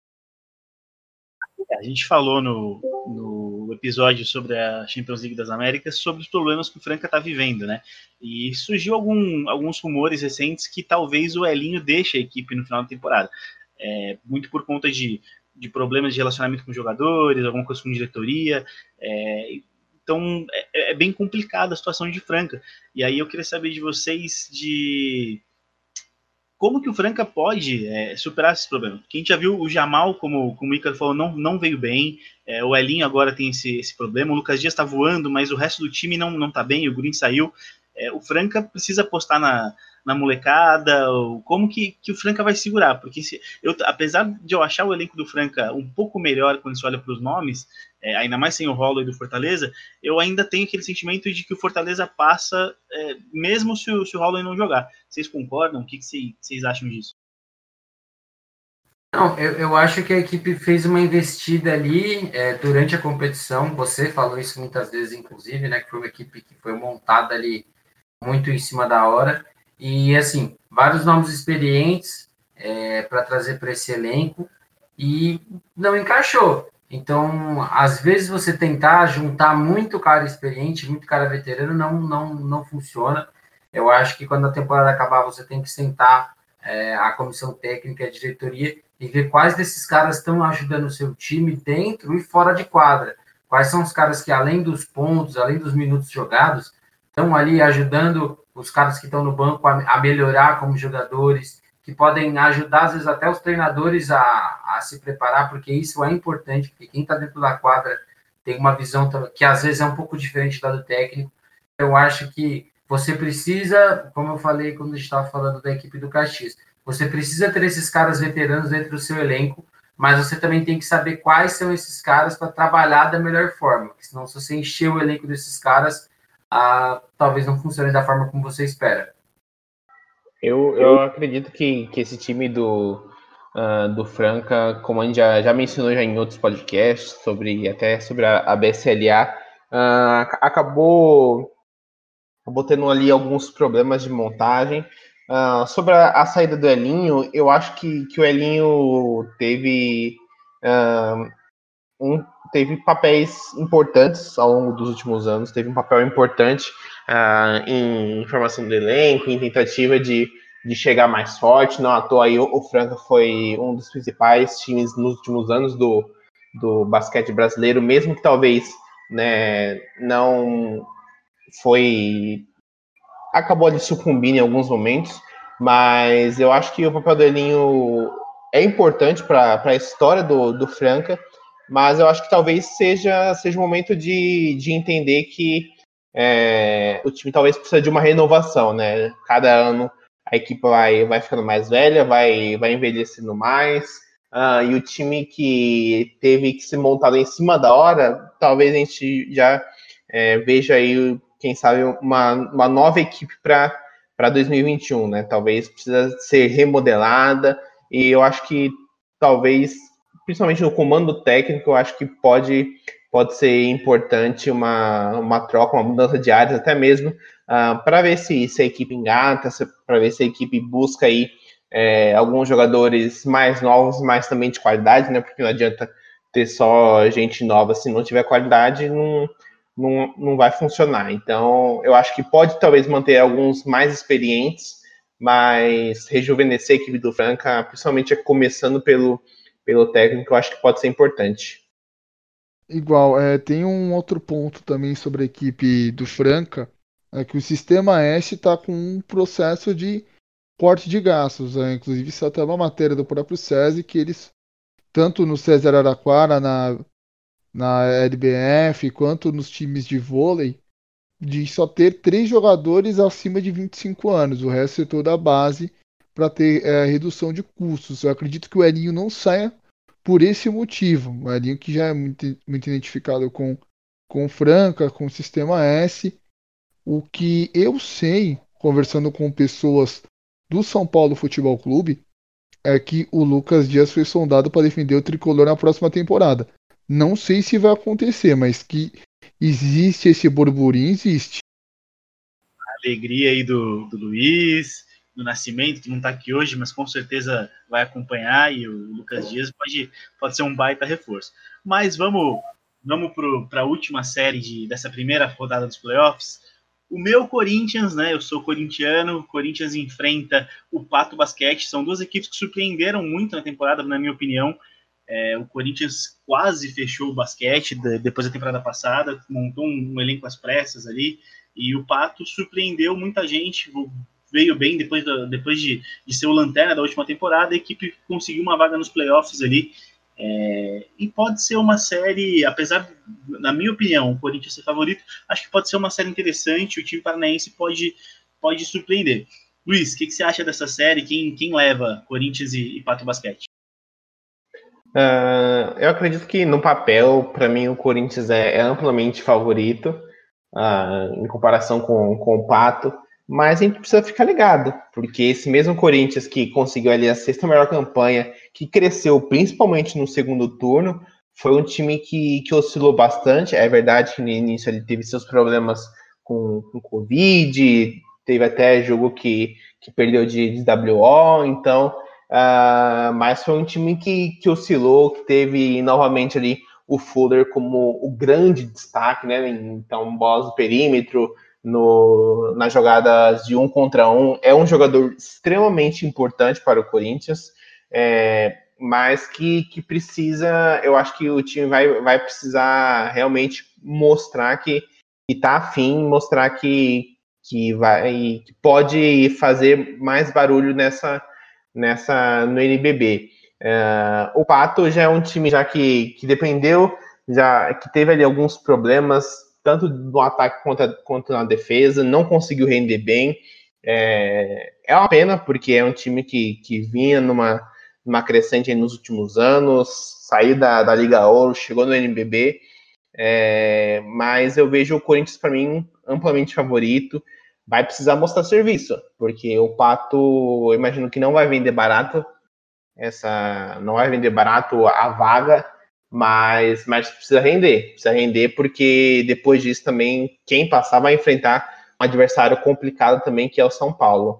A gente falou no, no episódio sobre a Champions League das Américas sobre os problemas que o Franca está vivendo, né? E surgiu algum, alguns rumores recentes que talvez o Elinho deixe a equipe no final da temporada. É, muito por conta de, de problemas de relacionamento com jogadores, alguma coisa com diretoria. É, então é, é bem complicada a situação de Franca. E aí eu queria saber de vocês de como que o Franca pode é, superar esses problemas. Porque a gente já viu o Jamal, como, como o Ícaro falou, não, não veio bem. É, o Elinho agora tem esse, esse problema. O Lucas Dias está voando, mas o resto do time não, não tá bem. O Green saiu. É, o Franca precisa apostar na, na molecada. Ou como que, que o Franca vai segurar? Porque se, eu, apesar de eu achar o elenco do Franca um pouco melhor quando se olha para os nomes, é, ainda mais sem o Holloway do Fortaleza, eu ainda tenho aquele sentimento de que o Fortaleza passa, é, mesmo se o, se o Holloway não jogar. Vocês concordam? O que, que vocês acham disso? Não, eu, eu acho que a equipe fez uma investida ali é, durante a competição. Você falou isso muitas vezes, inclusive, né? Que foi uma equipe que foi montada ali muito em cima da hora. E, assim, vários nomes experientes é, para trazer para esse elenco e não encaixou. Então, às vezes, você tentar juntar muito cara experiente, muito cara veterano, não, não, não funciona. Eu acho que quando a temporada acabar, você tem que sentar é, a comissão técnica, a diretoria, e ver quais desses caras estão ajudando o seu time dentro e fora de quadra. Quais são os caras que, além dos pontos, além dos minutos jogados, estão ali ajudando os caras que estão no banco a, a melhorar como jogadores, que podem ajudar, às vezes, até os treinadores a, a se preparar, porque isso é importante, porque quem está dentro da quadra tem uma visão que, às vezes, é um pouco diferente da do técnico. Eu acho que você precisa, como eu falei quando a gente estava falando da equipe do Caxias, você precisa ter esses caras veteranos dentro do seu elenco, mas você também tem que saber quais são esses caras para trabalhar da melhor forma, porque senão, se você encher o elenco desses caras, ah, talvez não funcione da forma como você espera. Eu, eu acredito que, que esse time do, uh, do Franca, como a gente já, já mencionou já em outros podcasts, sobre, até sobre a, a B S L A, uh, acabou, acabou tendo ali alguns problemas de montagem. Uh, sobre a, a saída do Elinho, eu acho que, que o Elinho teve, uh, um, teve papéis importantes ao longo dos últimos anos, teve um papel importante uh, em formação do elenco, em tentativa de, de chegar mais forte. Não à toa aí o, o Franca foi um dos principais times nos últimos anos do, do basquete brasileiro, mesmo que talvez, né, não foi... acabou de sucumbir em alguns momentos, mas eu acho que o papel do Elinho é importante para a história do, do Franca, mas eu acho que talvez seja, seja o momento de, de entender que é, o time talvez precisa de uma renovação, né? Cada ano a equipe vai, vai ficando mais velha, vai, vai envelhecendo mais, uh, e o time que teve que se montar em cima da hora, talvez a gente já é, veja aí, quem sabe, uma, uma nova equipe para dois mil e vinte e um, né? Talvez precisa ser remodelada, e eu acho que talvez, principalmente no comando técnico, eu acho que pode, pode ser importante uma, uma troca, uma mudança de áreas, até mesmo uh, para ver se, se a equipe engata, para ver se a equipe busca aí é, alguns jogadores mais novos, mas também de qualidade, né? Porque não adianta ter só gente nova se não tiver qualidade, não, não, não vai funcionar. Então, eu acho que pode talvez manter alguns mais experientes, mas rejuvenescer a equipe do Franca, principalmente começando pelo, pelo técnico, eu acho que pode ser importante. Igual, é, tem um outro ponto também sobre a equipe do Franca, é que o Sistema S está com um processo de corte de gastos. É, inclusive, isso é até uma matéria do próprio SESI, que eles, tanto no César Araraquara, na, na L B F, quanto nos times de vôlei, de só ter três jogadores acima de vinte e cinco anos. O resto é toda a base para ter é, redução de custos. Eu acredito que o Elinho não saia por esse motivo. O Elinho que já é muito, muito identificado com, com Franca, com o Sistema S. O que eu sei, conversando com pessoas do São Paulo Futebol Clube, é que o Lucas Dias foi sondado para defender o tricolor na próxima temporada. Não sei se vai acontecer, mas que existe esse burburinho, existe. A alegria aí do, do Luiz, do Nascimento, que não está aqui hoje, mas com certeza vai acompanhar, e o Lucas Dias pode, pode ser um baita reforço. Mas vamos, vamos para a última série de, dessa primeira rodada dos playoffs. O meu Corinthians, né? Eu sou corintiano, o Corinthians enfrenta o Pato Basquete. São duas equipes que surpreenderam muito na temporada, na minha opinião. É, o Corinthians quase fechou o basquete de, depois da temporada passada, montou um, um elenco às pressas ali, e o Pato surpreendeu muita gente, veio bem depois, da, depois de, de ser o lanterna da última temporada. A equipe conseguiu uma vaga nos playoffs ali, é, e pode ser uma série, apesar, na minha opinião, o Corinthians ser favorito, acho que pode ser uma série interessante. O time paranaense pode, pode surpreender. Luiz, o que, que você acha dessa série? Quem, quem leva Corinthians e, e Pato Basquete? Uh, eu acredito que no papel, para mim, o Corinthians é, é amplamente favorito uh, em comparação com, com o Pato, mas a gente precisa ficar ligado, porque esse mesmo Corinthians que conseguiu ali a sexta melhor campanha, que cresceu principalmente no segundo turno, foi um time que, que oscilou bastante. É verdade que no início ele teve seus problemas com, com Covid, teve até jogo que, que perdeu de, de W O, então... Uh, mas foi um time que, que oscilou, que teve novamente ali o Fuller como o grande destaque, né? Então, bolas do perímetro, no, nas jogadas de um contra um, é um jogador extremamente importante para o Corinthians, é, mas que, que precisa, eu acho que o time vai, vai precisar realmente mostrar que está afim, mostrar que, que, vai, que pode fazer mais barulho nessa nessa no N B B. Uh, o Pato já é um time já que, que dependeu, já que teve ali alguns problemas, tanto no ataque quanto, quanto na defesa, não conseguiu render bem. É, é uma pena, porque é um time que, que vinha numa, numa crescente nos últimos anos, saiu da, da Liga Ouro, chegou no N B B, é, mas eu vejo o Corinthians, para mim, amplamente favorito. Vai precisar mostrar serviço, porque o Pato, eu imagino que não vai vender barato, essa, não vai vender barato a vaga, mas, mas precisa render, precisa render, porque depois disso também, quem passar vai enfrentar um adversário complicado também, que é o São Paulo.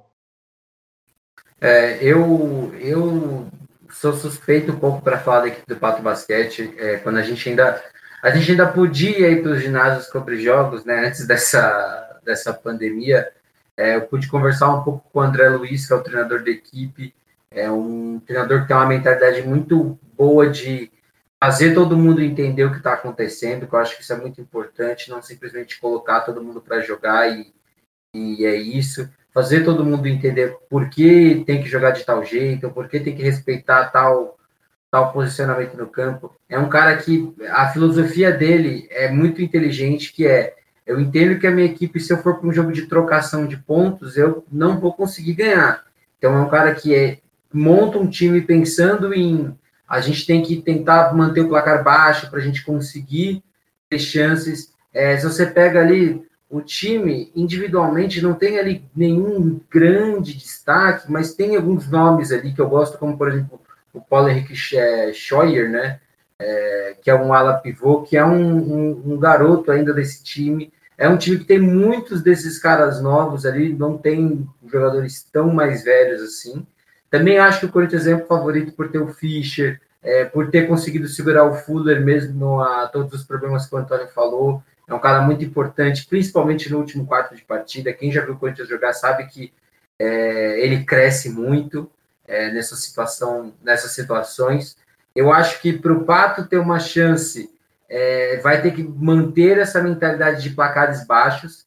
É, eu, eu sou suspeito um pouco para falar da equipe do Pato Basquete, é, quando a gente ainda, a gente ainda podia ir para os ginásios cobrir jogos, né, antes dessa... dessa pandemia, é, eu pude conversar um pouco com o André Luiz, que é o treinador da equipe, é um treinador que tem uma mentalidade muito boa de fazer todo mundo entender o que está acontecendo, que eu acho que isso é muito importante, não simplesmente colocar todo mundo para jogar e, e é isso, fazer todo mundo entender por que tem que jogar de tal jeito, por que tem que respeitar tal, tal posicionamento no campo. É um cara que a filosofia dele é muito inteligente, que é eu entendo que a minha equipe, se eu for para um jogo de trocação de pontos, eu não vou conseguir ganhar. Então, é um cara que é, monta um time pensando em a gente tem que tentar manter o placar baixo para a gente conseguir ter chances. É, se você pega ali o time, individualmente, não tem ali nenhum grande destaque, mas tem alguns nomes ali que eu gosto, como, por exemplo, o Paulo Henrique Scheuer, né? É, que é um ala pivô, que é um, um, um garoto ainda desse time. É um time que tem muitos desses caras novos ali, não tem jogadores tão mais velhos assim. Também acho que o Corinthians é o favorito por ter o Fischer, é, por ter conseguido segurar o Fuller mesmo a todos os problemas que o Antônio falou. É um cara muito importante, principalmente no último quarto de partida. Quem já viu o Corinthians jogar sabe que é, ele cresce muito é, nessa situação, nessas situações. Eu acho que para o Pato ter uma chance, é, vai ter que manter essa mentalidade de placares baixos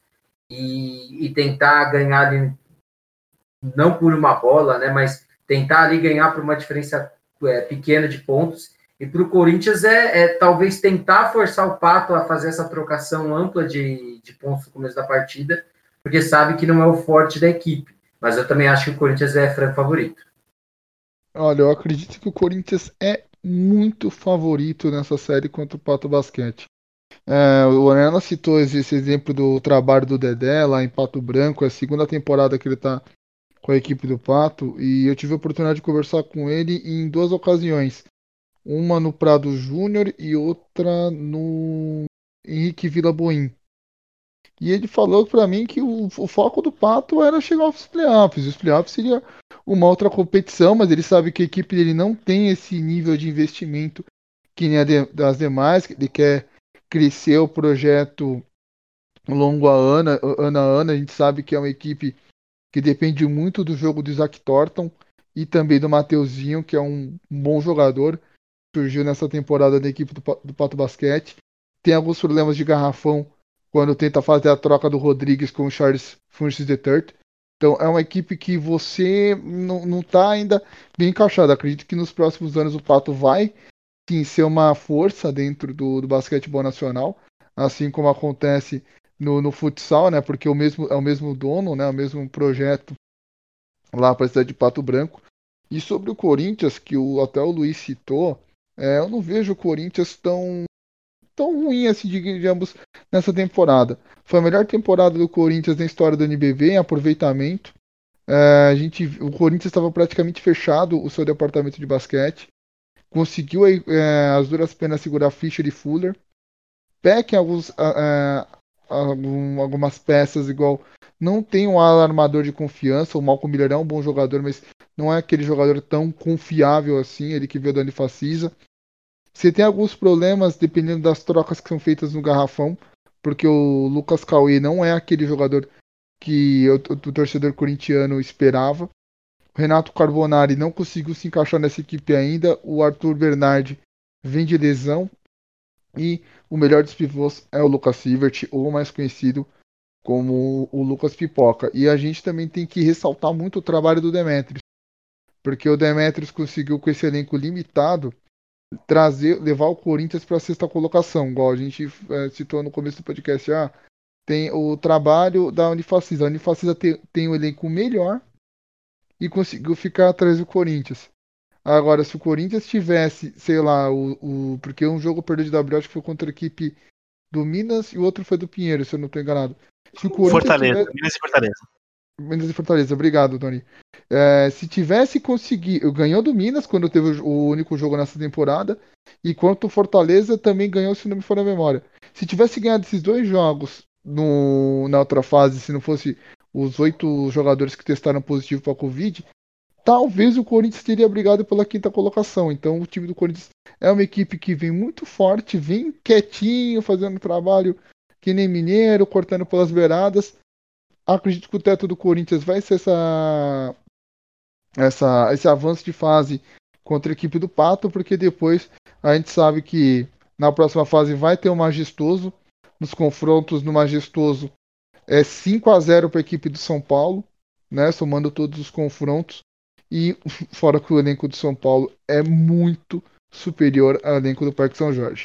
e, e tentar ganhar ali, não por uma bola, né, mas tentar ali ganhar por uma diferença é, pequena de pontos. E para o Corinthians é, é talvez tentar forçar o Pato a fazer essa trocação ampla de, de pontos no começo da partida, porque sabe que não é o forte da equipe. Mas eu também acho que o Corinthians é franco favorito. Olha, eu acredito que o Corinthians é muito favorito nessa série contra o Pato Basquete. É, o Ornella citou esse exemplo do trabalho do Dedé lá em Pato Branco, é a segunda temporada que ele está com a equipe do Pato, e eu tive a oportunidade de conversar com ele em duas ocasiões. Uma no Prado Júnior e outra no Henrique Vila Boim. E ele falou para mim que o, o foco do Pato era chegar aos playoffs. Os playoffs seria uma outra competição, mas ele sabe que a equipe dele não tem esse nível de investimento que nem a de, das demais. Ele quer crescer o projeto longo a ano, ano a ano. A gente sabe que é uma equipe que depende muito do jogo do Isaac Thornton e também do Mateuzinho, que é um, um bom jogador. Surgiu nessa temporada da equipe do, do Pato Basquete. Tem alguns problemas de garrafão quando tenta fazer a troca do Rodrigues com o Charles Francis the third. Então é uma equipe que você não está ainda bem encaixada. Acredito que nos próximos anos o Pato vai sim ser uma força dentro do, do basquetebol nacional, assim como acontece no, no futsal, né? Porque o mesmo, é o mesmo dono, né? O mesmo projeto lá para a cidade de Pato Branco. E sobre o Corinthians, que o, até o Luiz citou, É, eu não vejo o Corinthians tão, tão ruim assim, digamos, nessa temporada. Foi a melhor temporada do Corinthians na história do N B B em aproveitamento. É, a gente, o Corinthians estava praticamente fechado o seu departamento de basquete. Conseguiu é, as duras penas segurar Fischer e Fuller. Peck em alguns, é, algum, algumas peças, igual. Não tem um ala armador de confiança. O Malcolm Miller é um bom jogador, mas não é aquele jogador tão confiável assim. Ele que veio da Unifacisa. Você tem alguns problemas dependendo das trocas que são feitas no garrafão, porque o Lucas Cauê não é aquele jogador que o, o, o torcedor corintiano esperava. O Renato Carbonari não conseguiu se encaixar nessa equipe ainda. O Arthur Bernardi vem de lesão. E o melhor dos pivôs é o Lucas Sivert, ou mais conhecido como o Lucas Pipoca. E a gente também tem que ressaltar muito o trabalho do Demetrius, porque o Demetrius conseguiu, com esse elenco limitado, trazer, levar o Corinthians para a sexta colocação, igual a gente é, citou no começo do podcast. Ah, tem o trabalho da Unifacisa. A Unifacisa tem, tem um elenco melhor e conseguiu ficar atrás do Corinthians. Agora, se o Corinthians tivesse, sei lá, o, o porque um jogo perdeu de W, acho que foi contra a equipe do Minas e o outro foi do Pinheiro, se eu não estou enganado. Se o Corinthians Fortaleza, tivesse... Minas e Fortaleza. Minas e Fortaleza, obrigado, Tony. É, se tivesse conseguido, ganhou do Minas quando teve o único jogo nessa temporada, e quanto o Fortaleza também ganhou, se não me for a memória. Se tivesse ganhado esses dois jogos no, na outra fase, se não fosse os oito jogadores que testaram positivo para a Covid, talvez o Corinthians teria brigado pela quinta colocação. Então o time do Corinthians é uma equipe que vem muito forte, vem quietinho, fazendo trabalho que nem mineiro, cortando pelas beiradas. Acredito que o teto do Corinthians vai ser essa, essa, esse avanço de fase contra a equipe do Pato, porque depois a gente sabe que na próxima fase vai ter o Majestoso. Nos confrontos no Majestoso é cinco a zero para a equipe do São Paulo, né, somando todos os confrontos. E fora que o elenco do São Paulo é muito superior ao elenco do Parque São Jorge.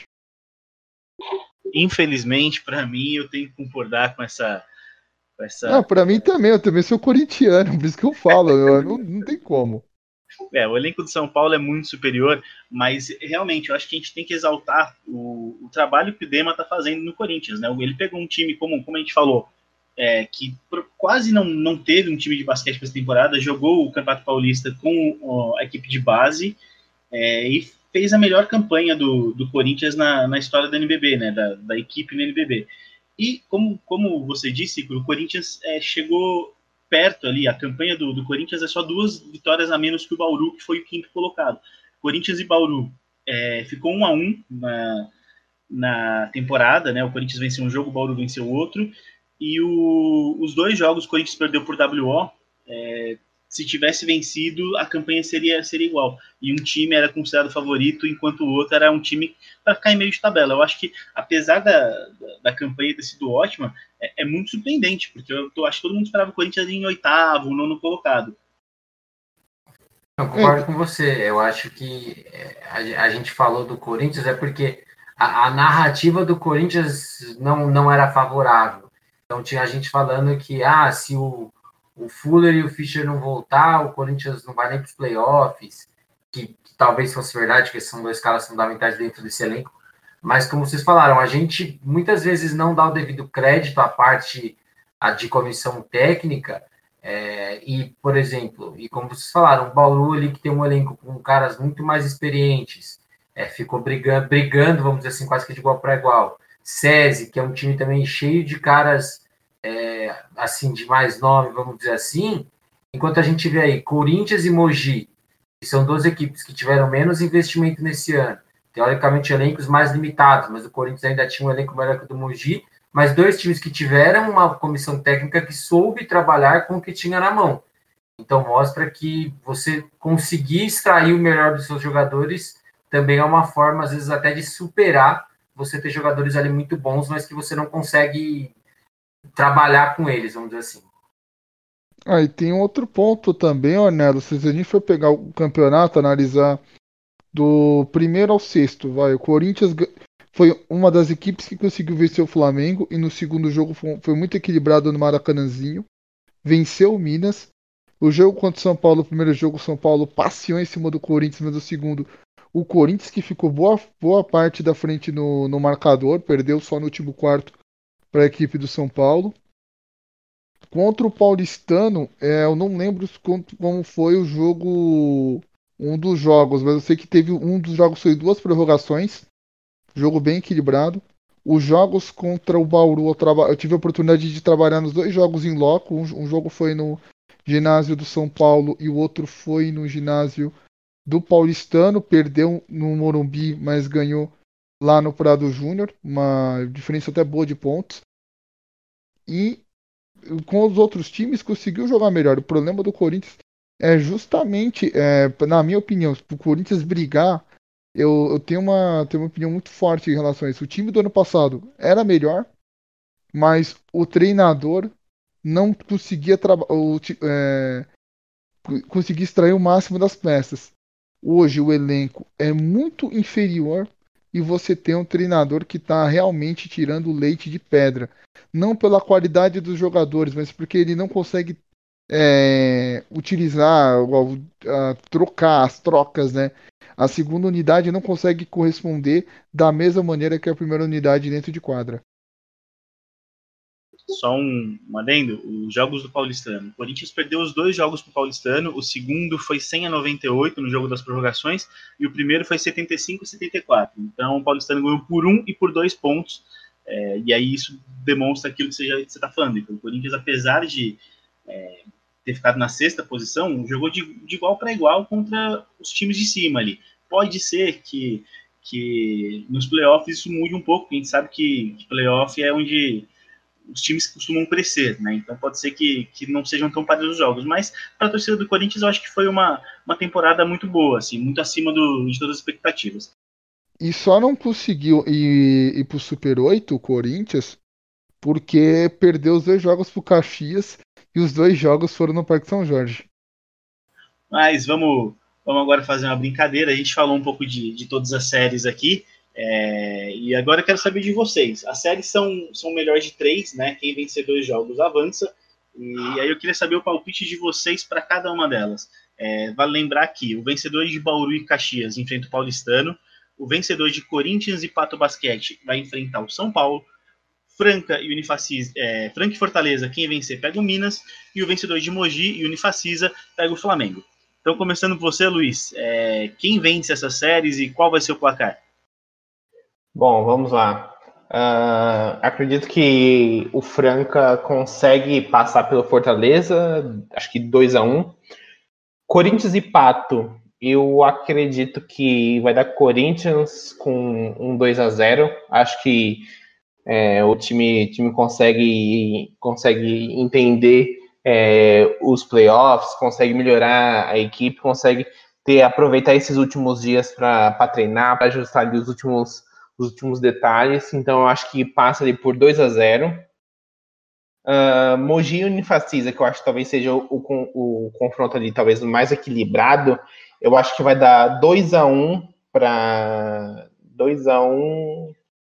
Infelizmente, para mim, eu tenho que concordar com essa. Com essa... Não, para mim também, eu também sou corintiano, por isso que eu falo, eu, não, não tem como. É, o elenco do São Paulo é muito superior, mas realmente eu acho que a gente tem que exaltar o, o trabalho que o Dema está fazendo no Corinthians, né? Ele pegou um time, como, como a gente falou, é, que quase não, não teve um time de basquete para essa temporada, jogou o Campeonato Paulista com ó, a equipe de base é, e fez a melhor campanha do, do Corinthians na, na história da N B B, né? Da, da equipe no N B B. E como, como você disse, o Corinthians é, chegou perto ali, a campanha do, do Corinthians é só duas vitórias a menos que o Bauru, que foi o quinto colocado. Corinthians e Bauru é, ficou um a um na, na temporada, né? O Corinthians venceu um jogo, o Bauru venceu outro, e o, os dois jogos o Corinthians perdeu por W O, é, se tivesse vencido, a campanha seria, seria igual. E um time era considerado favorito, enquanto o outro era um time para ficar em meio de tabela. Eu acho que, apesar da, da, da campanha ter sido ótima, é, é muito surpreendente, porque eu tô, acho que todo mundo esperava o Corinthians em oitavo, nono colocado. Eu concordo é. com você. Eu acho que a, a gente falou do Corinthians é porque a, a narrativa do Corinthians não, não era favorável. Então tinha a gente falando que ah, se o o Fuller e o Fischer não voltar, o Corinthians não vai nem para os playoffs, que, que talvez fosse verdade, que são dois caras fundamentais dentro desse elenco, mas como vocês falaram, a gente muitas vezes não dá o devido crédito à parte a de comissão técnica, é, e, por exemplo, e como vocês falaram, o Bauru ali que tem um elenco com caras muito mais experientes, é, ficou brigando, brigando, vamos dizer assim, quase que de igual para igual. SESI, que é um time também cheio de caras É, assim, de mais nome, vamos dizer assim, enquanto a gente vê aí Corinthians e Mogi, que são duas equipes que tiveram menos investimento nesse ano, teoricamente elencos mais limitados, mas o Corinthians ainda tinha um elenco melhor que o do Mogi, mas dois times que tiveram uma comissão técnica que soube trabalhar com o que tinha na mão. Então mostra que você conseguir extrair o melhor dos seus jogadores também é uma forma, às vezes, até de superar você ter jogadores ali muito bons, mas que você não consegue trabalhar com eles, vamos dizer assim. Ah, e tem um outro ponto também, Ornello, se a gente for pegar o campeonato, analisar do primeiro ao sexto, vai, o Corinthians foi uma das equipes que conseguiu vencer o Flamengo, e no segundo jogo foi, foi muito equilibrado no Maracanãzinho, venceu o Minas. O jogo contra o São Paulo, o primeiro jogo, o São Paulo passeou em cima do Corinthians, mas no segundo, O Corinthians, que ficou boa, boa parte da frente no, no marcador, perdeu só no último quarto para a equipe do São Paulo. Contra o Paulistano, é, eu não lembro como foi o jogo, um dos jogos, mas eu sei que teve um dos jogos foi duas prorrogações, jogo bem equilibrado. Os jogos contra o Bauru, eu, traba, eu tive a oportunidade de trabalhar nos dois jogos em loco. Um, um jogo foi no ginásio do São Paulo e o outro foi no ginásio do Paulistano. Perdeu no Morumbi, mas ganhou lá no Prado Júnior, uma diferença até boa de pontos. E com os outros times conseguiu jogar melhor. O problema do Corinthians é justamente, é, na minha opinião, o Corinthians brigar, eu, eu tenho, uma, tenho uma opinião muito forte em relação a isso. O time do ano passado era melhor, mas o treinador não conseguia, traba- o, ti- é, co- conseguir extrair o máximo das peças. Hoje o elenco é muito inferior e você tem um treinador que está realmente tirando leite de pedra. Não pela qualidade dos jogadores, mas porque ele não consegue é, utilizar, ou, ah, trocar as trocas, né? A segunda unidade não consegue corresponder da mesma maneira que a primeira unidade dentro de quadra. Só um, um adendo, os jogos do Paulistano. O Corinthians perdeu os dois jogos para o Paulistano, o segundo foi cem a noventa e oito no jogo das prorrogações, e o primeiro foi setenta e cinco a setenta e quatro. Então o Paulistano ganhou por um e por dois pontos, é, e aí isso demonstra aquilo que você está falando. Então, o Corinthians, apesar de é, ter ficado na sexta posição, jogou de, de igual para igual contra os times de cima ali. Pode ser que, que nos playoffs isso mude um pouco, a gente sabe que, que playoff é onde os times costumam crescer, né? Então pode ser que, que não sejam tão parelhos os jogos, mas para a torcida do Corinthians eu acho que foi uma, uma temporada muito boa, assim, muito acima do, de todas as expectativas. E só não conseguiu ir, ir pro Super oito, o Corinthians, porque perdeu os dois jogos pro Caxias e os dois jogos foram no Parque São Jorge. Mas vamos, vamos agora fazer uma brincadeira. A gente falou um pouco de, de todas as séries aqui, é, e agora eu quero saber de vocês. As séries são, são melhor de três, né? Quem vencer dois jogos avança. E aí eu queria saber o palpite de vocês para cada uma delas. É, vale lembrar que o vencedor de Bauru e Caxias enfrenta o Paulistano, o vencedor de Corinthians e Pato Basquete vai enfrentar o São Paulo, Franca e Unifacisa, é, Franca e Fortaleza, quem vencer pega o Minas, e o vencedor de Mogi e Unifacisa pega o Flamengo. Então, começando por você, Luiz, é, quem vence essas séries e qual vai ser o placar? Bom, vamos lá. Uh, acredito que o Franca consegue passar pelo Fortaleza, acho que dois a um. Corinthians e Pato, eu acredito que vai dar Corinthians com um dois a zero. Acho que é, o time, time consegue, consegue entender é, os playoffs, consegue melhorar a equipe, consegue ter, aproveitar esses últimos dias para treinar, para ajustar ali os últimos, os últimos detalhes. Então eu acho que passa ali por dois a zero. Uh, Mogi e Unifacisa, que eu acho que talvez seja o, o, o confronto ali talvez mais equilibrado, eu acho que vai dar dois a um para dois a um.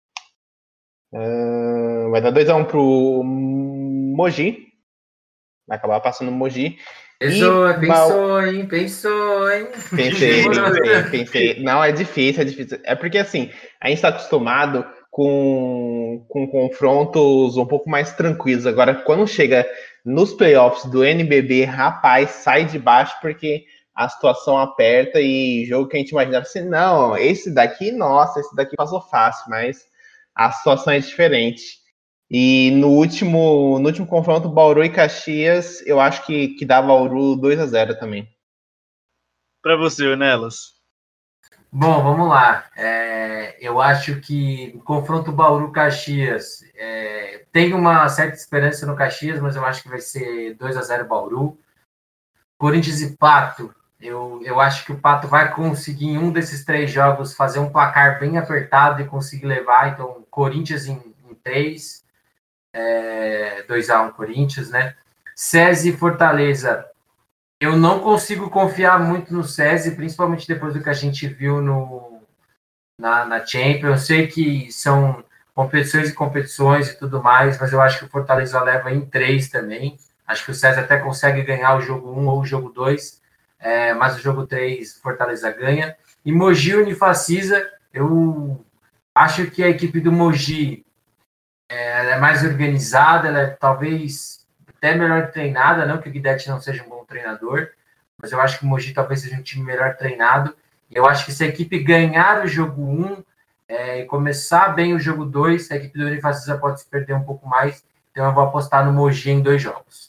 Uh, vai dar dois a um pro Mogi. Vai acabar passando o Mogi. Pensou, e pensou, Ba... hein? Pensou, hein? Pensei, pensei, pensei. Não, é difícil, é difícil. É porque assim, a gente está acostumado com, com confrontos um pouco mais tranquilos. Agora, quando chega nos playoffs do N B B, rapaz, sai de baixo porque a situação aperta e jogo que a gente imaginava assim, não, esse daqui, nossa, esse daqui passou fácil, mas a situação é diferente. E no último, no último confronto, Bauru e Caxias, eu acho que, que dá Bauru dois a zero também. Para você, Ornelas. Bom, vamos lá. É, eu acho que o confronto Bauru-Caxias é, tem uma certa esperança no Caxias, mas eu acho que vai ser dois a zero Bauru. Corinthians e Pato, eu, eu acho que o Pato vai conseguir em um desses três jogos fazer um placar bem apertado e conseguir levar. Então, Corinthians em, em três, é, dois a um Corinthians, né? SESI e Fortaleza. Eu não consigo confiar muito no SESI, principalmente depois do que a gente viu no, na, na Champions. Eu sei que são competições e competições e tudo mais, mas eu acho que o Fortaleza leva em três também. Acho que o SESI até consegue ganhar o jogo um ou o jogo dois, é, mas o jogo três, Fortaleza ganha. E Mogi e Unifacisa, eu acho que a equipe do Mogi é, ela é mais organizada, ela é talvez até melhor treinada, não que o Guidetti não seja um bom treinador, mas eu acho que o Mogi talvez seja um time melhor treinado. E eu acho que se a equipe ganhar o jogo um é, e começar bem o jogo dois, a equipe do Unifacisa pode se perder um pouco mais. Então eu vou apostar no Mogi em dois jogos.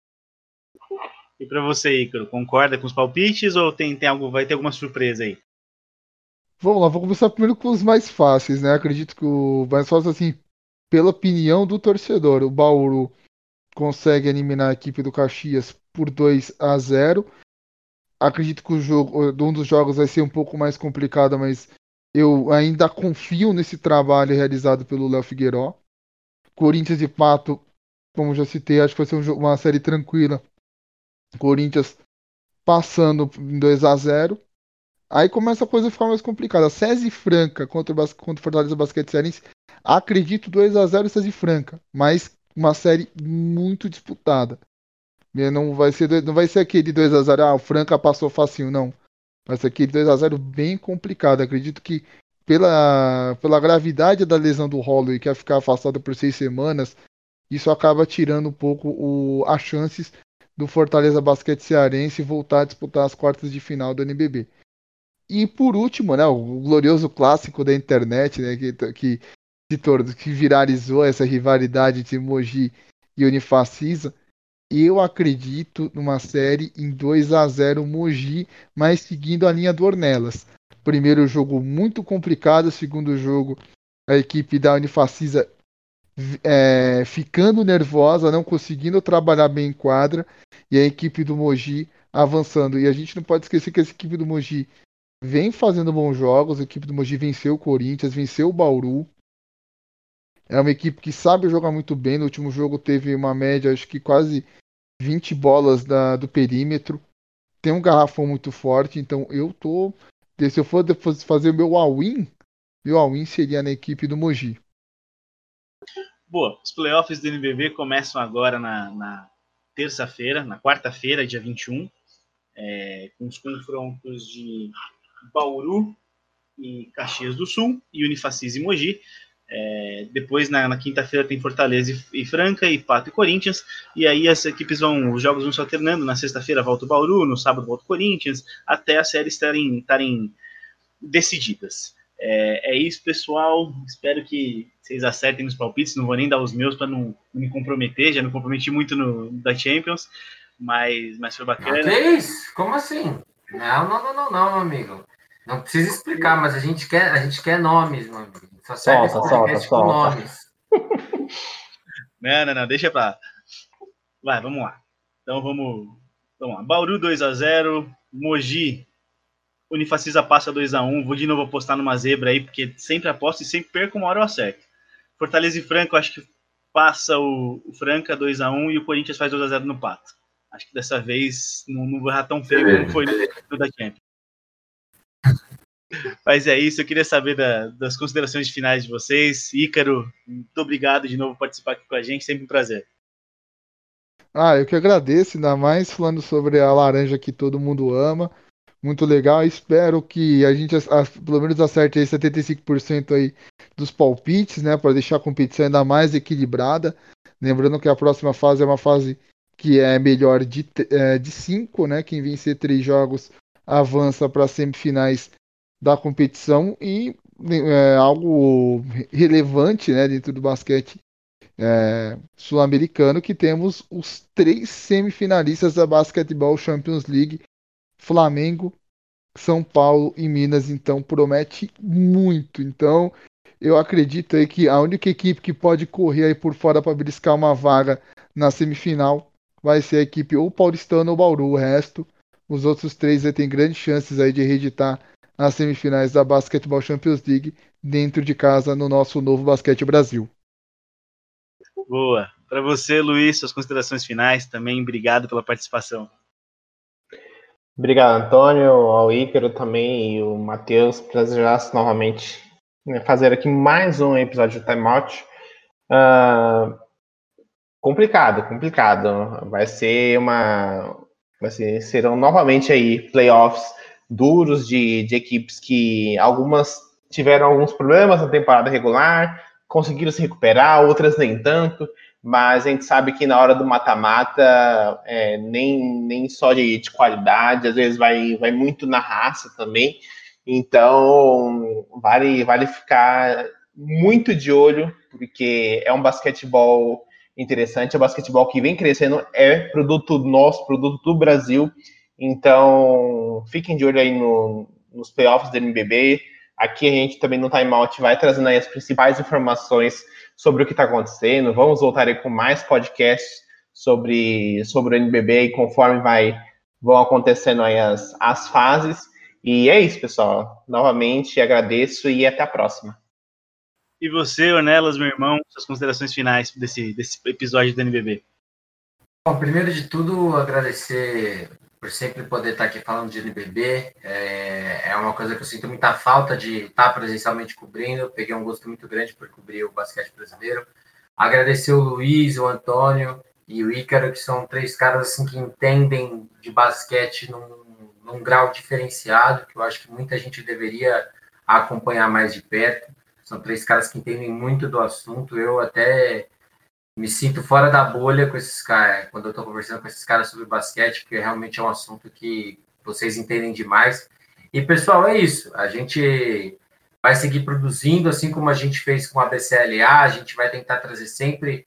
E para você, Ícaro, concorda com os palpites ou tem, tem algo, vai ter alguma surpresa aí? Vamos lá, vou começar primeiro com os mais fáceis, né? Acredito que o mais fácil, assim, pela opinião do torcedor, o Bauru consegue eliminar a equipe do Caxias por dois a zero. Acredito que o jogo, um dos jogos vai ser um pouco mais complicado, mas eu ainda confio nesse trabalho realizado pelo Léo Figueiró. Corinthians e Pato, como já citei, acho que vai ser um jogo, uma série tranquila. Corinthians passando em dois a zero. Aí começa a coisa a ficar mais complicada. SESI Franca contra o, Bas- contra o Fortaleza Basquete Cearense. Acredito dois a zero SESI Franca, mas uma série muito disputada. E Não vai ser, não vai ser aquele dois a zero, ah, o Franca passou facinho, não. Vai ser aquele dois a zero bem complicado. Acredito que pela, pela gravidade da lesão do Holloway, que ia ficar afastado por seis semanas, isso acaba tirando um pouco o, as chances do Fortaleza Basquete Cearense voltar a disputar as quartas de final do N B B. E por último, né, o glorioso clássico da internet, né, que, que, se tornou, que viralizou essa rivalidade entre Mogi e Unifacisa. Eu acredito numa série em dois a zero Mogi, mas seguindo a linha do Ornelas. Primeiro jogo muito complicado, segundo jogo a equipe da Unifacisa é, ficando nervosa, não conseguindo trabalhar bem em quadra, e a equipe do Mogi avançando. E a gente não pode esquecer que essa equipe do Mogi vem fazendo bons jogos, a equipe do Mogi venceu o Corinthians, venceu o Bauru. É uma equipe que sabe jogar muito bem. No último jogo teve uma média, acho que quase vinte bolas da, do perímetro. Tem um garrafão muito forte, então eu tô. Se eu for depois fazer o meu all-in, meu all-in seria na equipe do Mogi. Boa, os playoffs do N B B começam agora na, na terça-feira, na quarta-feira, dia vinte e um, é, com os confrontos de Bauru e Caxias do Sul, e Unifacisa e Mogi. É, depois, na, na quinta-feira, tem Fortaleza e, e Franca, e Pato e Corinthians, e aí as equipes vão, os jogos vão se alternando. Na sexta-feira volta o Bauru, no sábado volta o Corinthians, até as séries estarem, estarem decididas. É, é isso, pessoal. Espero que vocês acertem nos palpites. Não vou nem dar os meus para não, não me comprometer. Já me comprometi muito no da Champions, mas, mas foi bacana. Que isso? Como assim? Não, não, não, não, não, meu amigo. Não precisa explicar, mas a gente quer, a gente quer nomes, meu amigo. Só serve Solta, esse podcast solta, com solta. nomes. Não, não, não, deixa pra lá. Vai, vamos lá. Então vamos, vamos lá. Bauru dois a zero, Mogi, Unifacisa passa dois a um. Vou de novo apostar numa zebra aí, porque sempre aposto e sempre perco, uma hora eu acerto. Fortaleza e Franca, eu acho que passa o, o Franca dois a um e o Corinthians faz dois a zero no Pato. Acho que dessa vez não, não vai errar tão feio como foi no da Champions. Mas é isso, eu queria saber da, das considerações finais de vocês. Ícaro, muito obrigado de novo por participar aqui com a gente, sempre um prazer. Ah, eu que agradeço, ainda mais falando sobre a laranja que todo mundo ama. Muito legal. Espero que a gente a, pelo menos acerte aí setenta e cinco por cento aí dos palpites, né, para deixar a competição ainda mais equilibrada. Lembrando que a próxima fase é uma fase que é melhor de, é, de cinco, né? Quem vencer três jogos avança para as semifinais da competição e é, algo relevante, né, dentro do basquete é, sul-americano, que temos os três semifinalistas da Basketball Champions League, Flamengo, São Paulo e Minas. Então promete muito. Então eu acredito aí que a única equipe que pode correr aí por fora para beliscar uma vaga na semifinal vai ser a equipe ou paulistana ou Bauru. O resto, os outros três aí têm grandes chances aí de reeditar as semifinais da Basketball Champions League dentro de casa no nosso novo Basquete Brasil. Boa. Para você, Luiz, suas considerações finais também. Obrigado pela participação. Obrigado, Antônio, ao Ícaro também e o Matheus, prazer novamente né, fazer aqui mais um episódio de Time Out. Uh, complicado, complicado. Vai ser uma, vai ser, serão novamente aí playoffs duros de, de equipes que algumas tiveram alguns problemas na temporada regular, conseguiram se recuperar, outras nem tanto, mas a gente sabe que na hora do mata-mata, é, nem, nem só de, de qualidade, às vezes vai, vai muito na raça também, então vale, vale ficar muito de olho, porque é um basquetebol interessante, é um basquetebol que vem crescendo, é produto nosso, produto do Brasil, então fiquem de olho aí no, nos playoffs do N B B. Aqui a gente também no Timeout vai trazendo aí as principais informações sobre o que está acontecendo, vamos voltar aí com mais podcasts sobre, sobre o N B B e conforme vai, vão acontecendo aí as, as fases, e é isso, pessoal, novamente agradeço e até a próxima. E você, Ornelas, meu irmão, suas considerações finais desse, desse episódio do N B B? Bom, primeiro de tudo, agradecer por sempre poder estar aqui falando de N B B. É, é uma coisa que eu sinto muita falta de estar presencialmente cobrindo. Eu peguei um gosto muito grande por cobrir o basquete brasileiro. Agradecer o Luiz, o Antônio e o Ícaro, que são três caras assim, que entendem de basquete num, num grau diferenciado, que eu acho que muita gente deveria acompanhar mais de perto. São três caras que entendem muito do assunto. Eu até me sinto fora da bolha com esses caras, quando eu estou conversando com esses caras sobre basquete, porque realmente é um assunto que vocês entendem demais. E, pessoal, é isso. A gente vai seguir produzindo, assim como a gente fez com a B C L A. A gente vai tentar trazer sempre,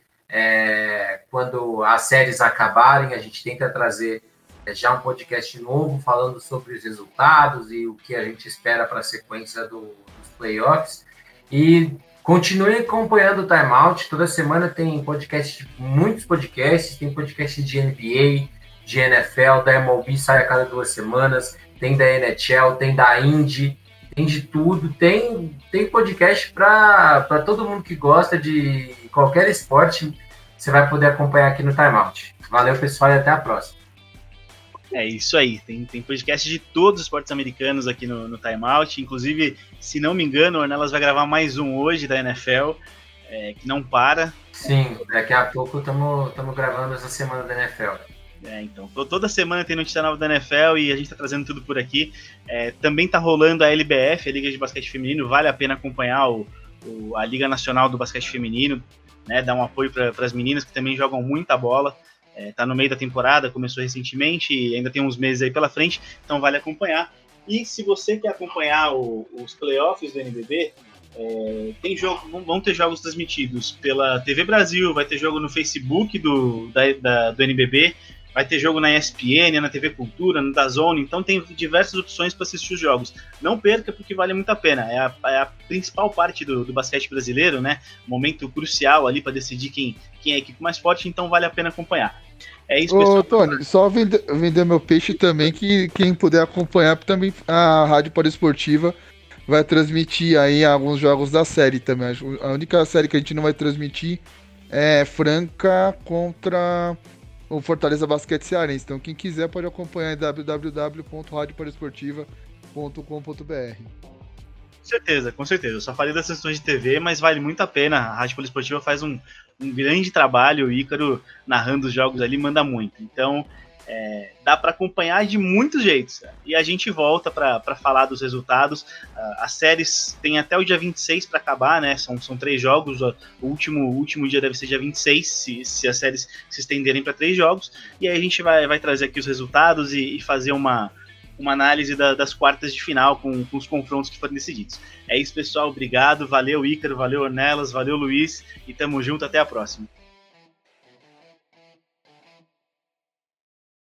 é, quando as séries acabarem, a gente tenta trazer é, já um podcast novo, falando sobre os resultados e o que a gente espera para a sequência do, dos playoffs. E continue acompanhando o Timeout. Toda semana tem podcast, muitos podcasts. Tem podcast de N B A, de N F L, da M L B, sai a cada duas semanas. Tem da N H L, tem da Indy, tem de tudo. Tem, tem podcast para todo mundo que gosta de qualquer esporte. Você vai poder acompanhar aqui no Timeout. Valeu, pessoal, e até a próxima. É isso aí, tem, tem podcast de todos os esportes americanos aqui no, no Timeout, inclusive, se não me engano, o Ornelas vai gravar mais um hoje da N F L, é, que não para. Sim, daqui a pouco estamos gravando essa semana da N F L. É, então, toda semana tem notícia nova da N F L e a gente está trazendo tudo por aqui. É, também está rolando a L B F, a Liga de Basquete Feminino, vale a pena acompanhar o, o, a Liga Nacional do Basquete Feminino, né, dar um apoio para as meninas que também jogam muita bola. É, tá no meio da temporada, começou recentemente e ainda tem uns meses aí pela frente, então vale acompanhar. E se você quer acompanhar o, os playoffs do N B B, é, tem jogo, vão ter jogos transmitidos pela T V Brasil, vai ter jogo no Facebook do, da, da, do N B B, vai ter jogo na E S P N, na T V Cultura, no DAZN, então tem diversas opções para assistir os jogos. Não perca, porque vale muito a pena. É a, é a principal parte do, do basquete brasileiro, né? Momento crucial ali para decidir quem, quem é a equipe mais forte, então vale a pena acompanhar. É isso, pessoal. Ô, Tony, só vender, vender meu peixe também, que quem puder acompanhar, também a Rádio Poliesportiva vai transmitir aí alguns jogos da série também. A única série que a gente não vai transmitir é Franca contra o Fortaleza Basquete Cearense. Então quem quiser pode acompanhar em w w w ponto rádio poliesportiva ponto com ponto b r. Com certeza, com certeza. Eu só falei das sessões de T V, mas vale muito a pena. A Rádio Poliesportiva faz um, um grande trabalho. O Ícaro narrando os jogos ali manda muito. Então, é, dá para acompanhar de muitos jeitos. E a gente volta para falar dos resultados. Uh, as séries tem até o dia vinte e seis para acabar, né? São, são três jogos. O último, o último dia deve ser dia vinte e seis, se, se as séries se estenderem para três jogos. E aí a gente vai, vai trazer aqui os resultados e, e fazer uma... uma análise da, das quartas de final com, com os confrontos que foram decididos. É isso, pessoal. Obrigado. Valeu, Ícaro. Valeu, Ornelas. Valeu, Luiz. E tamo junto. Até a próxima.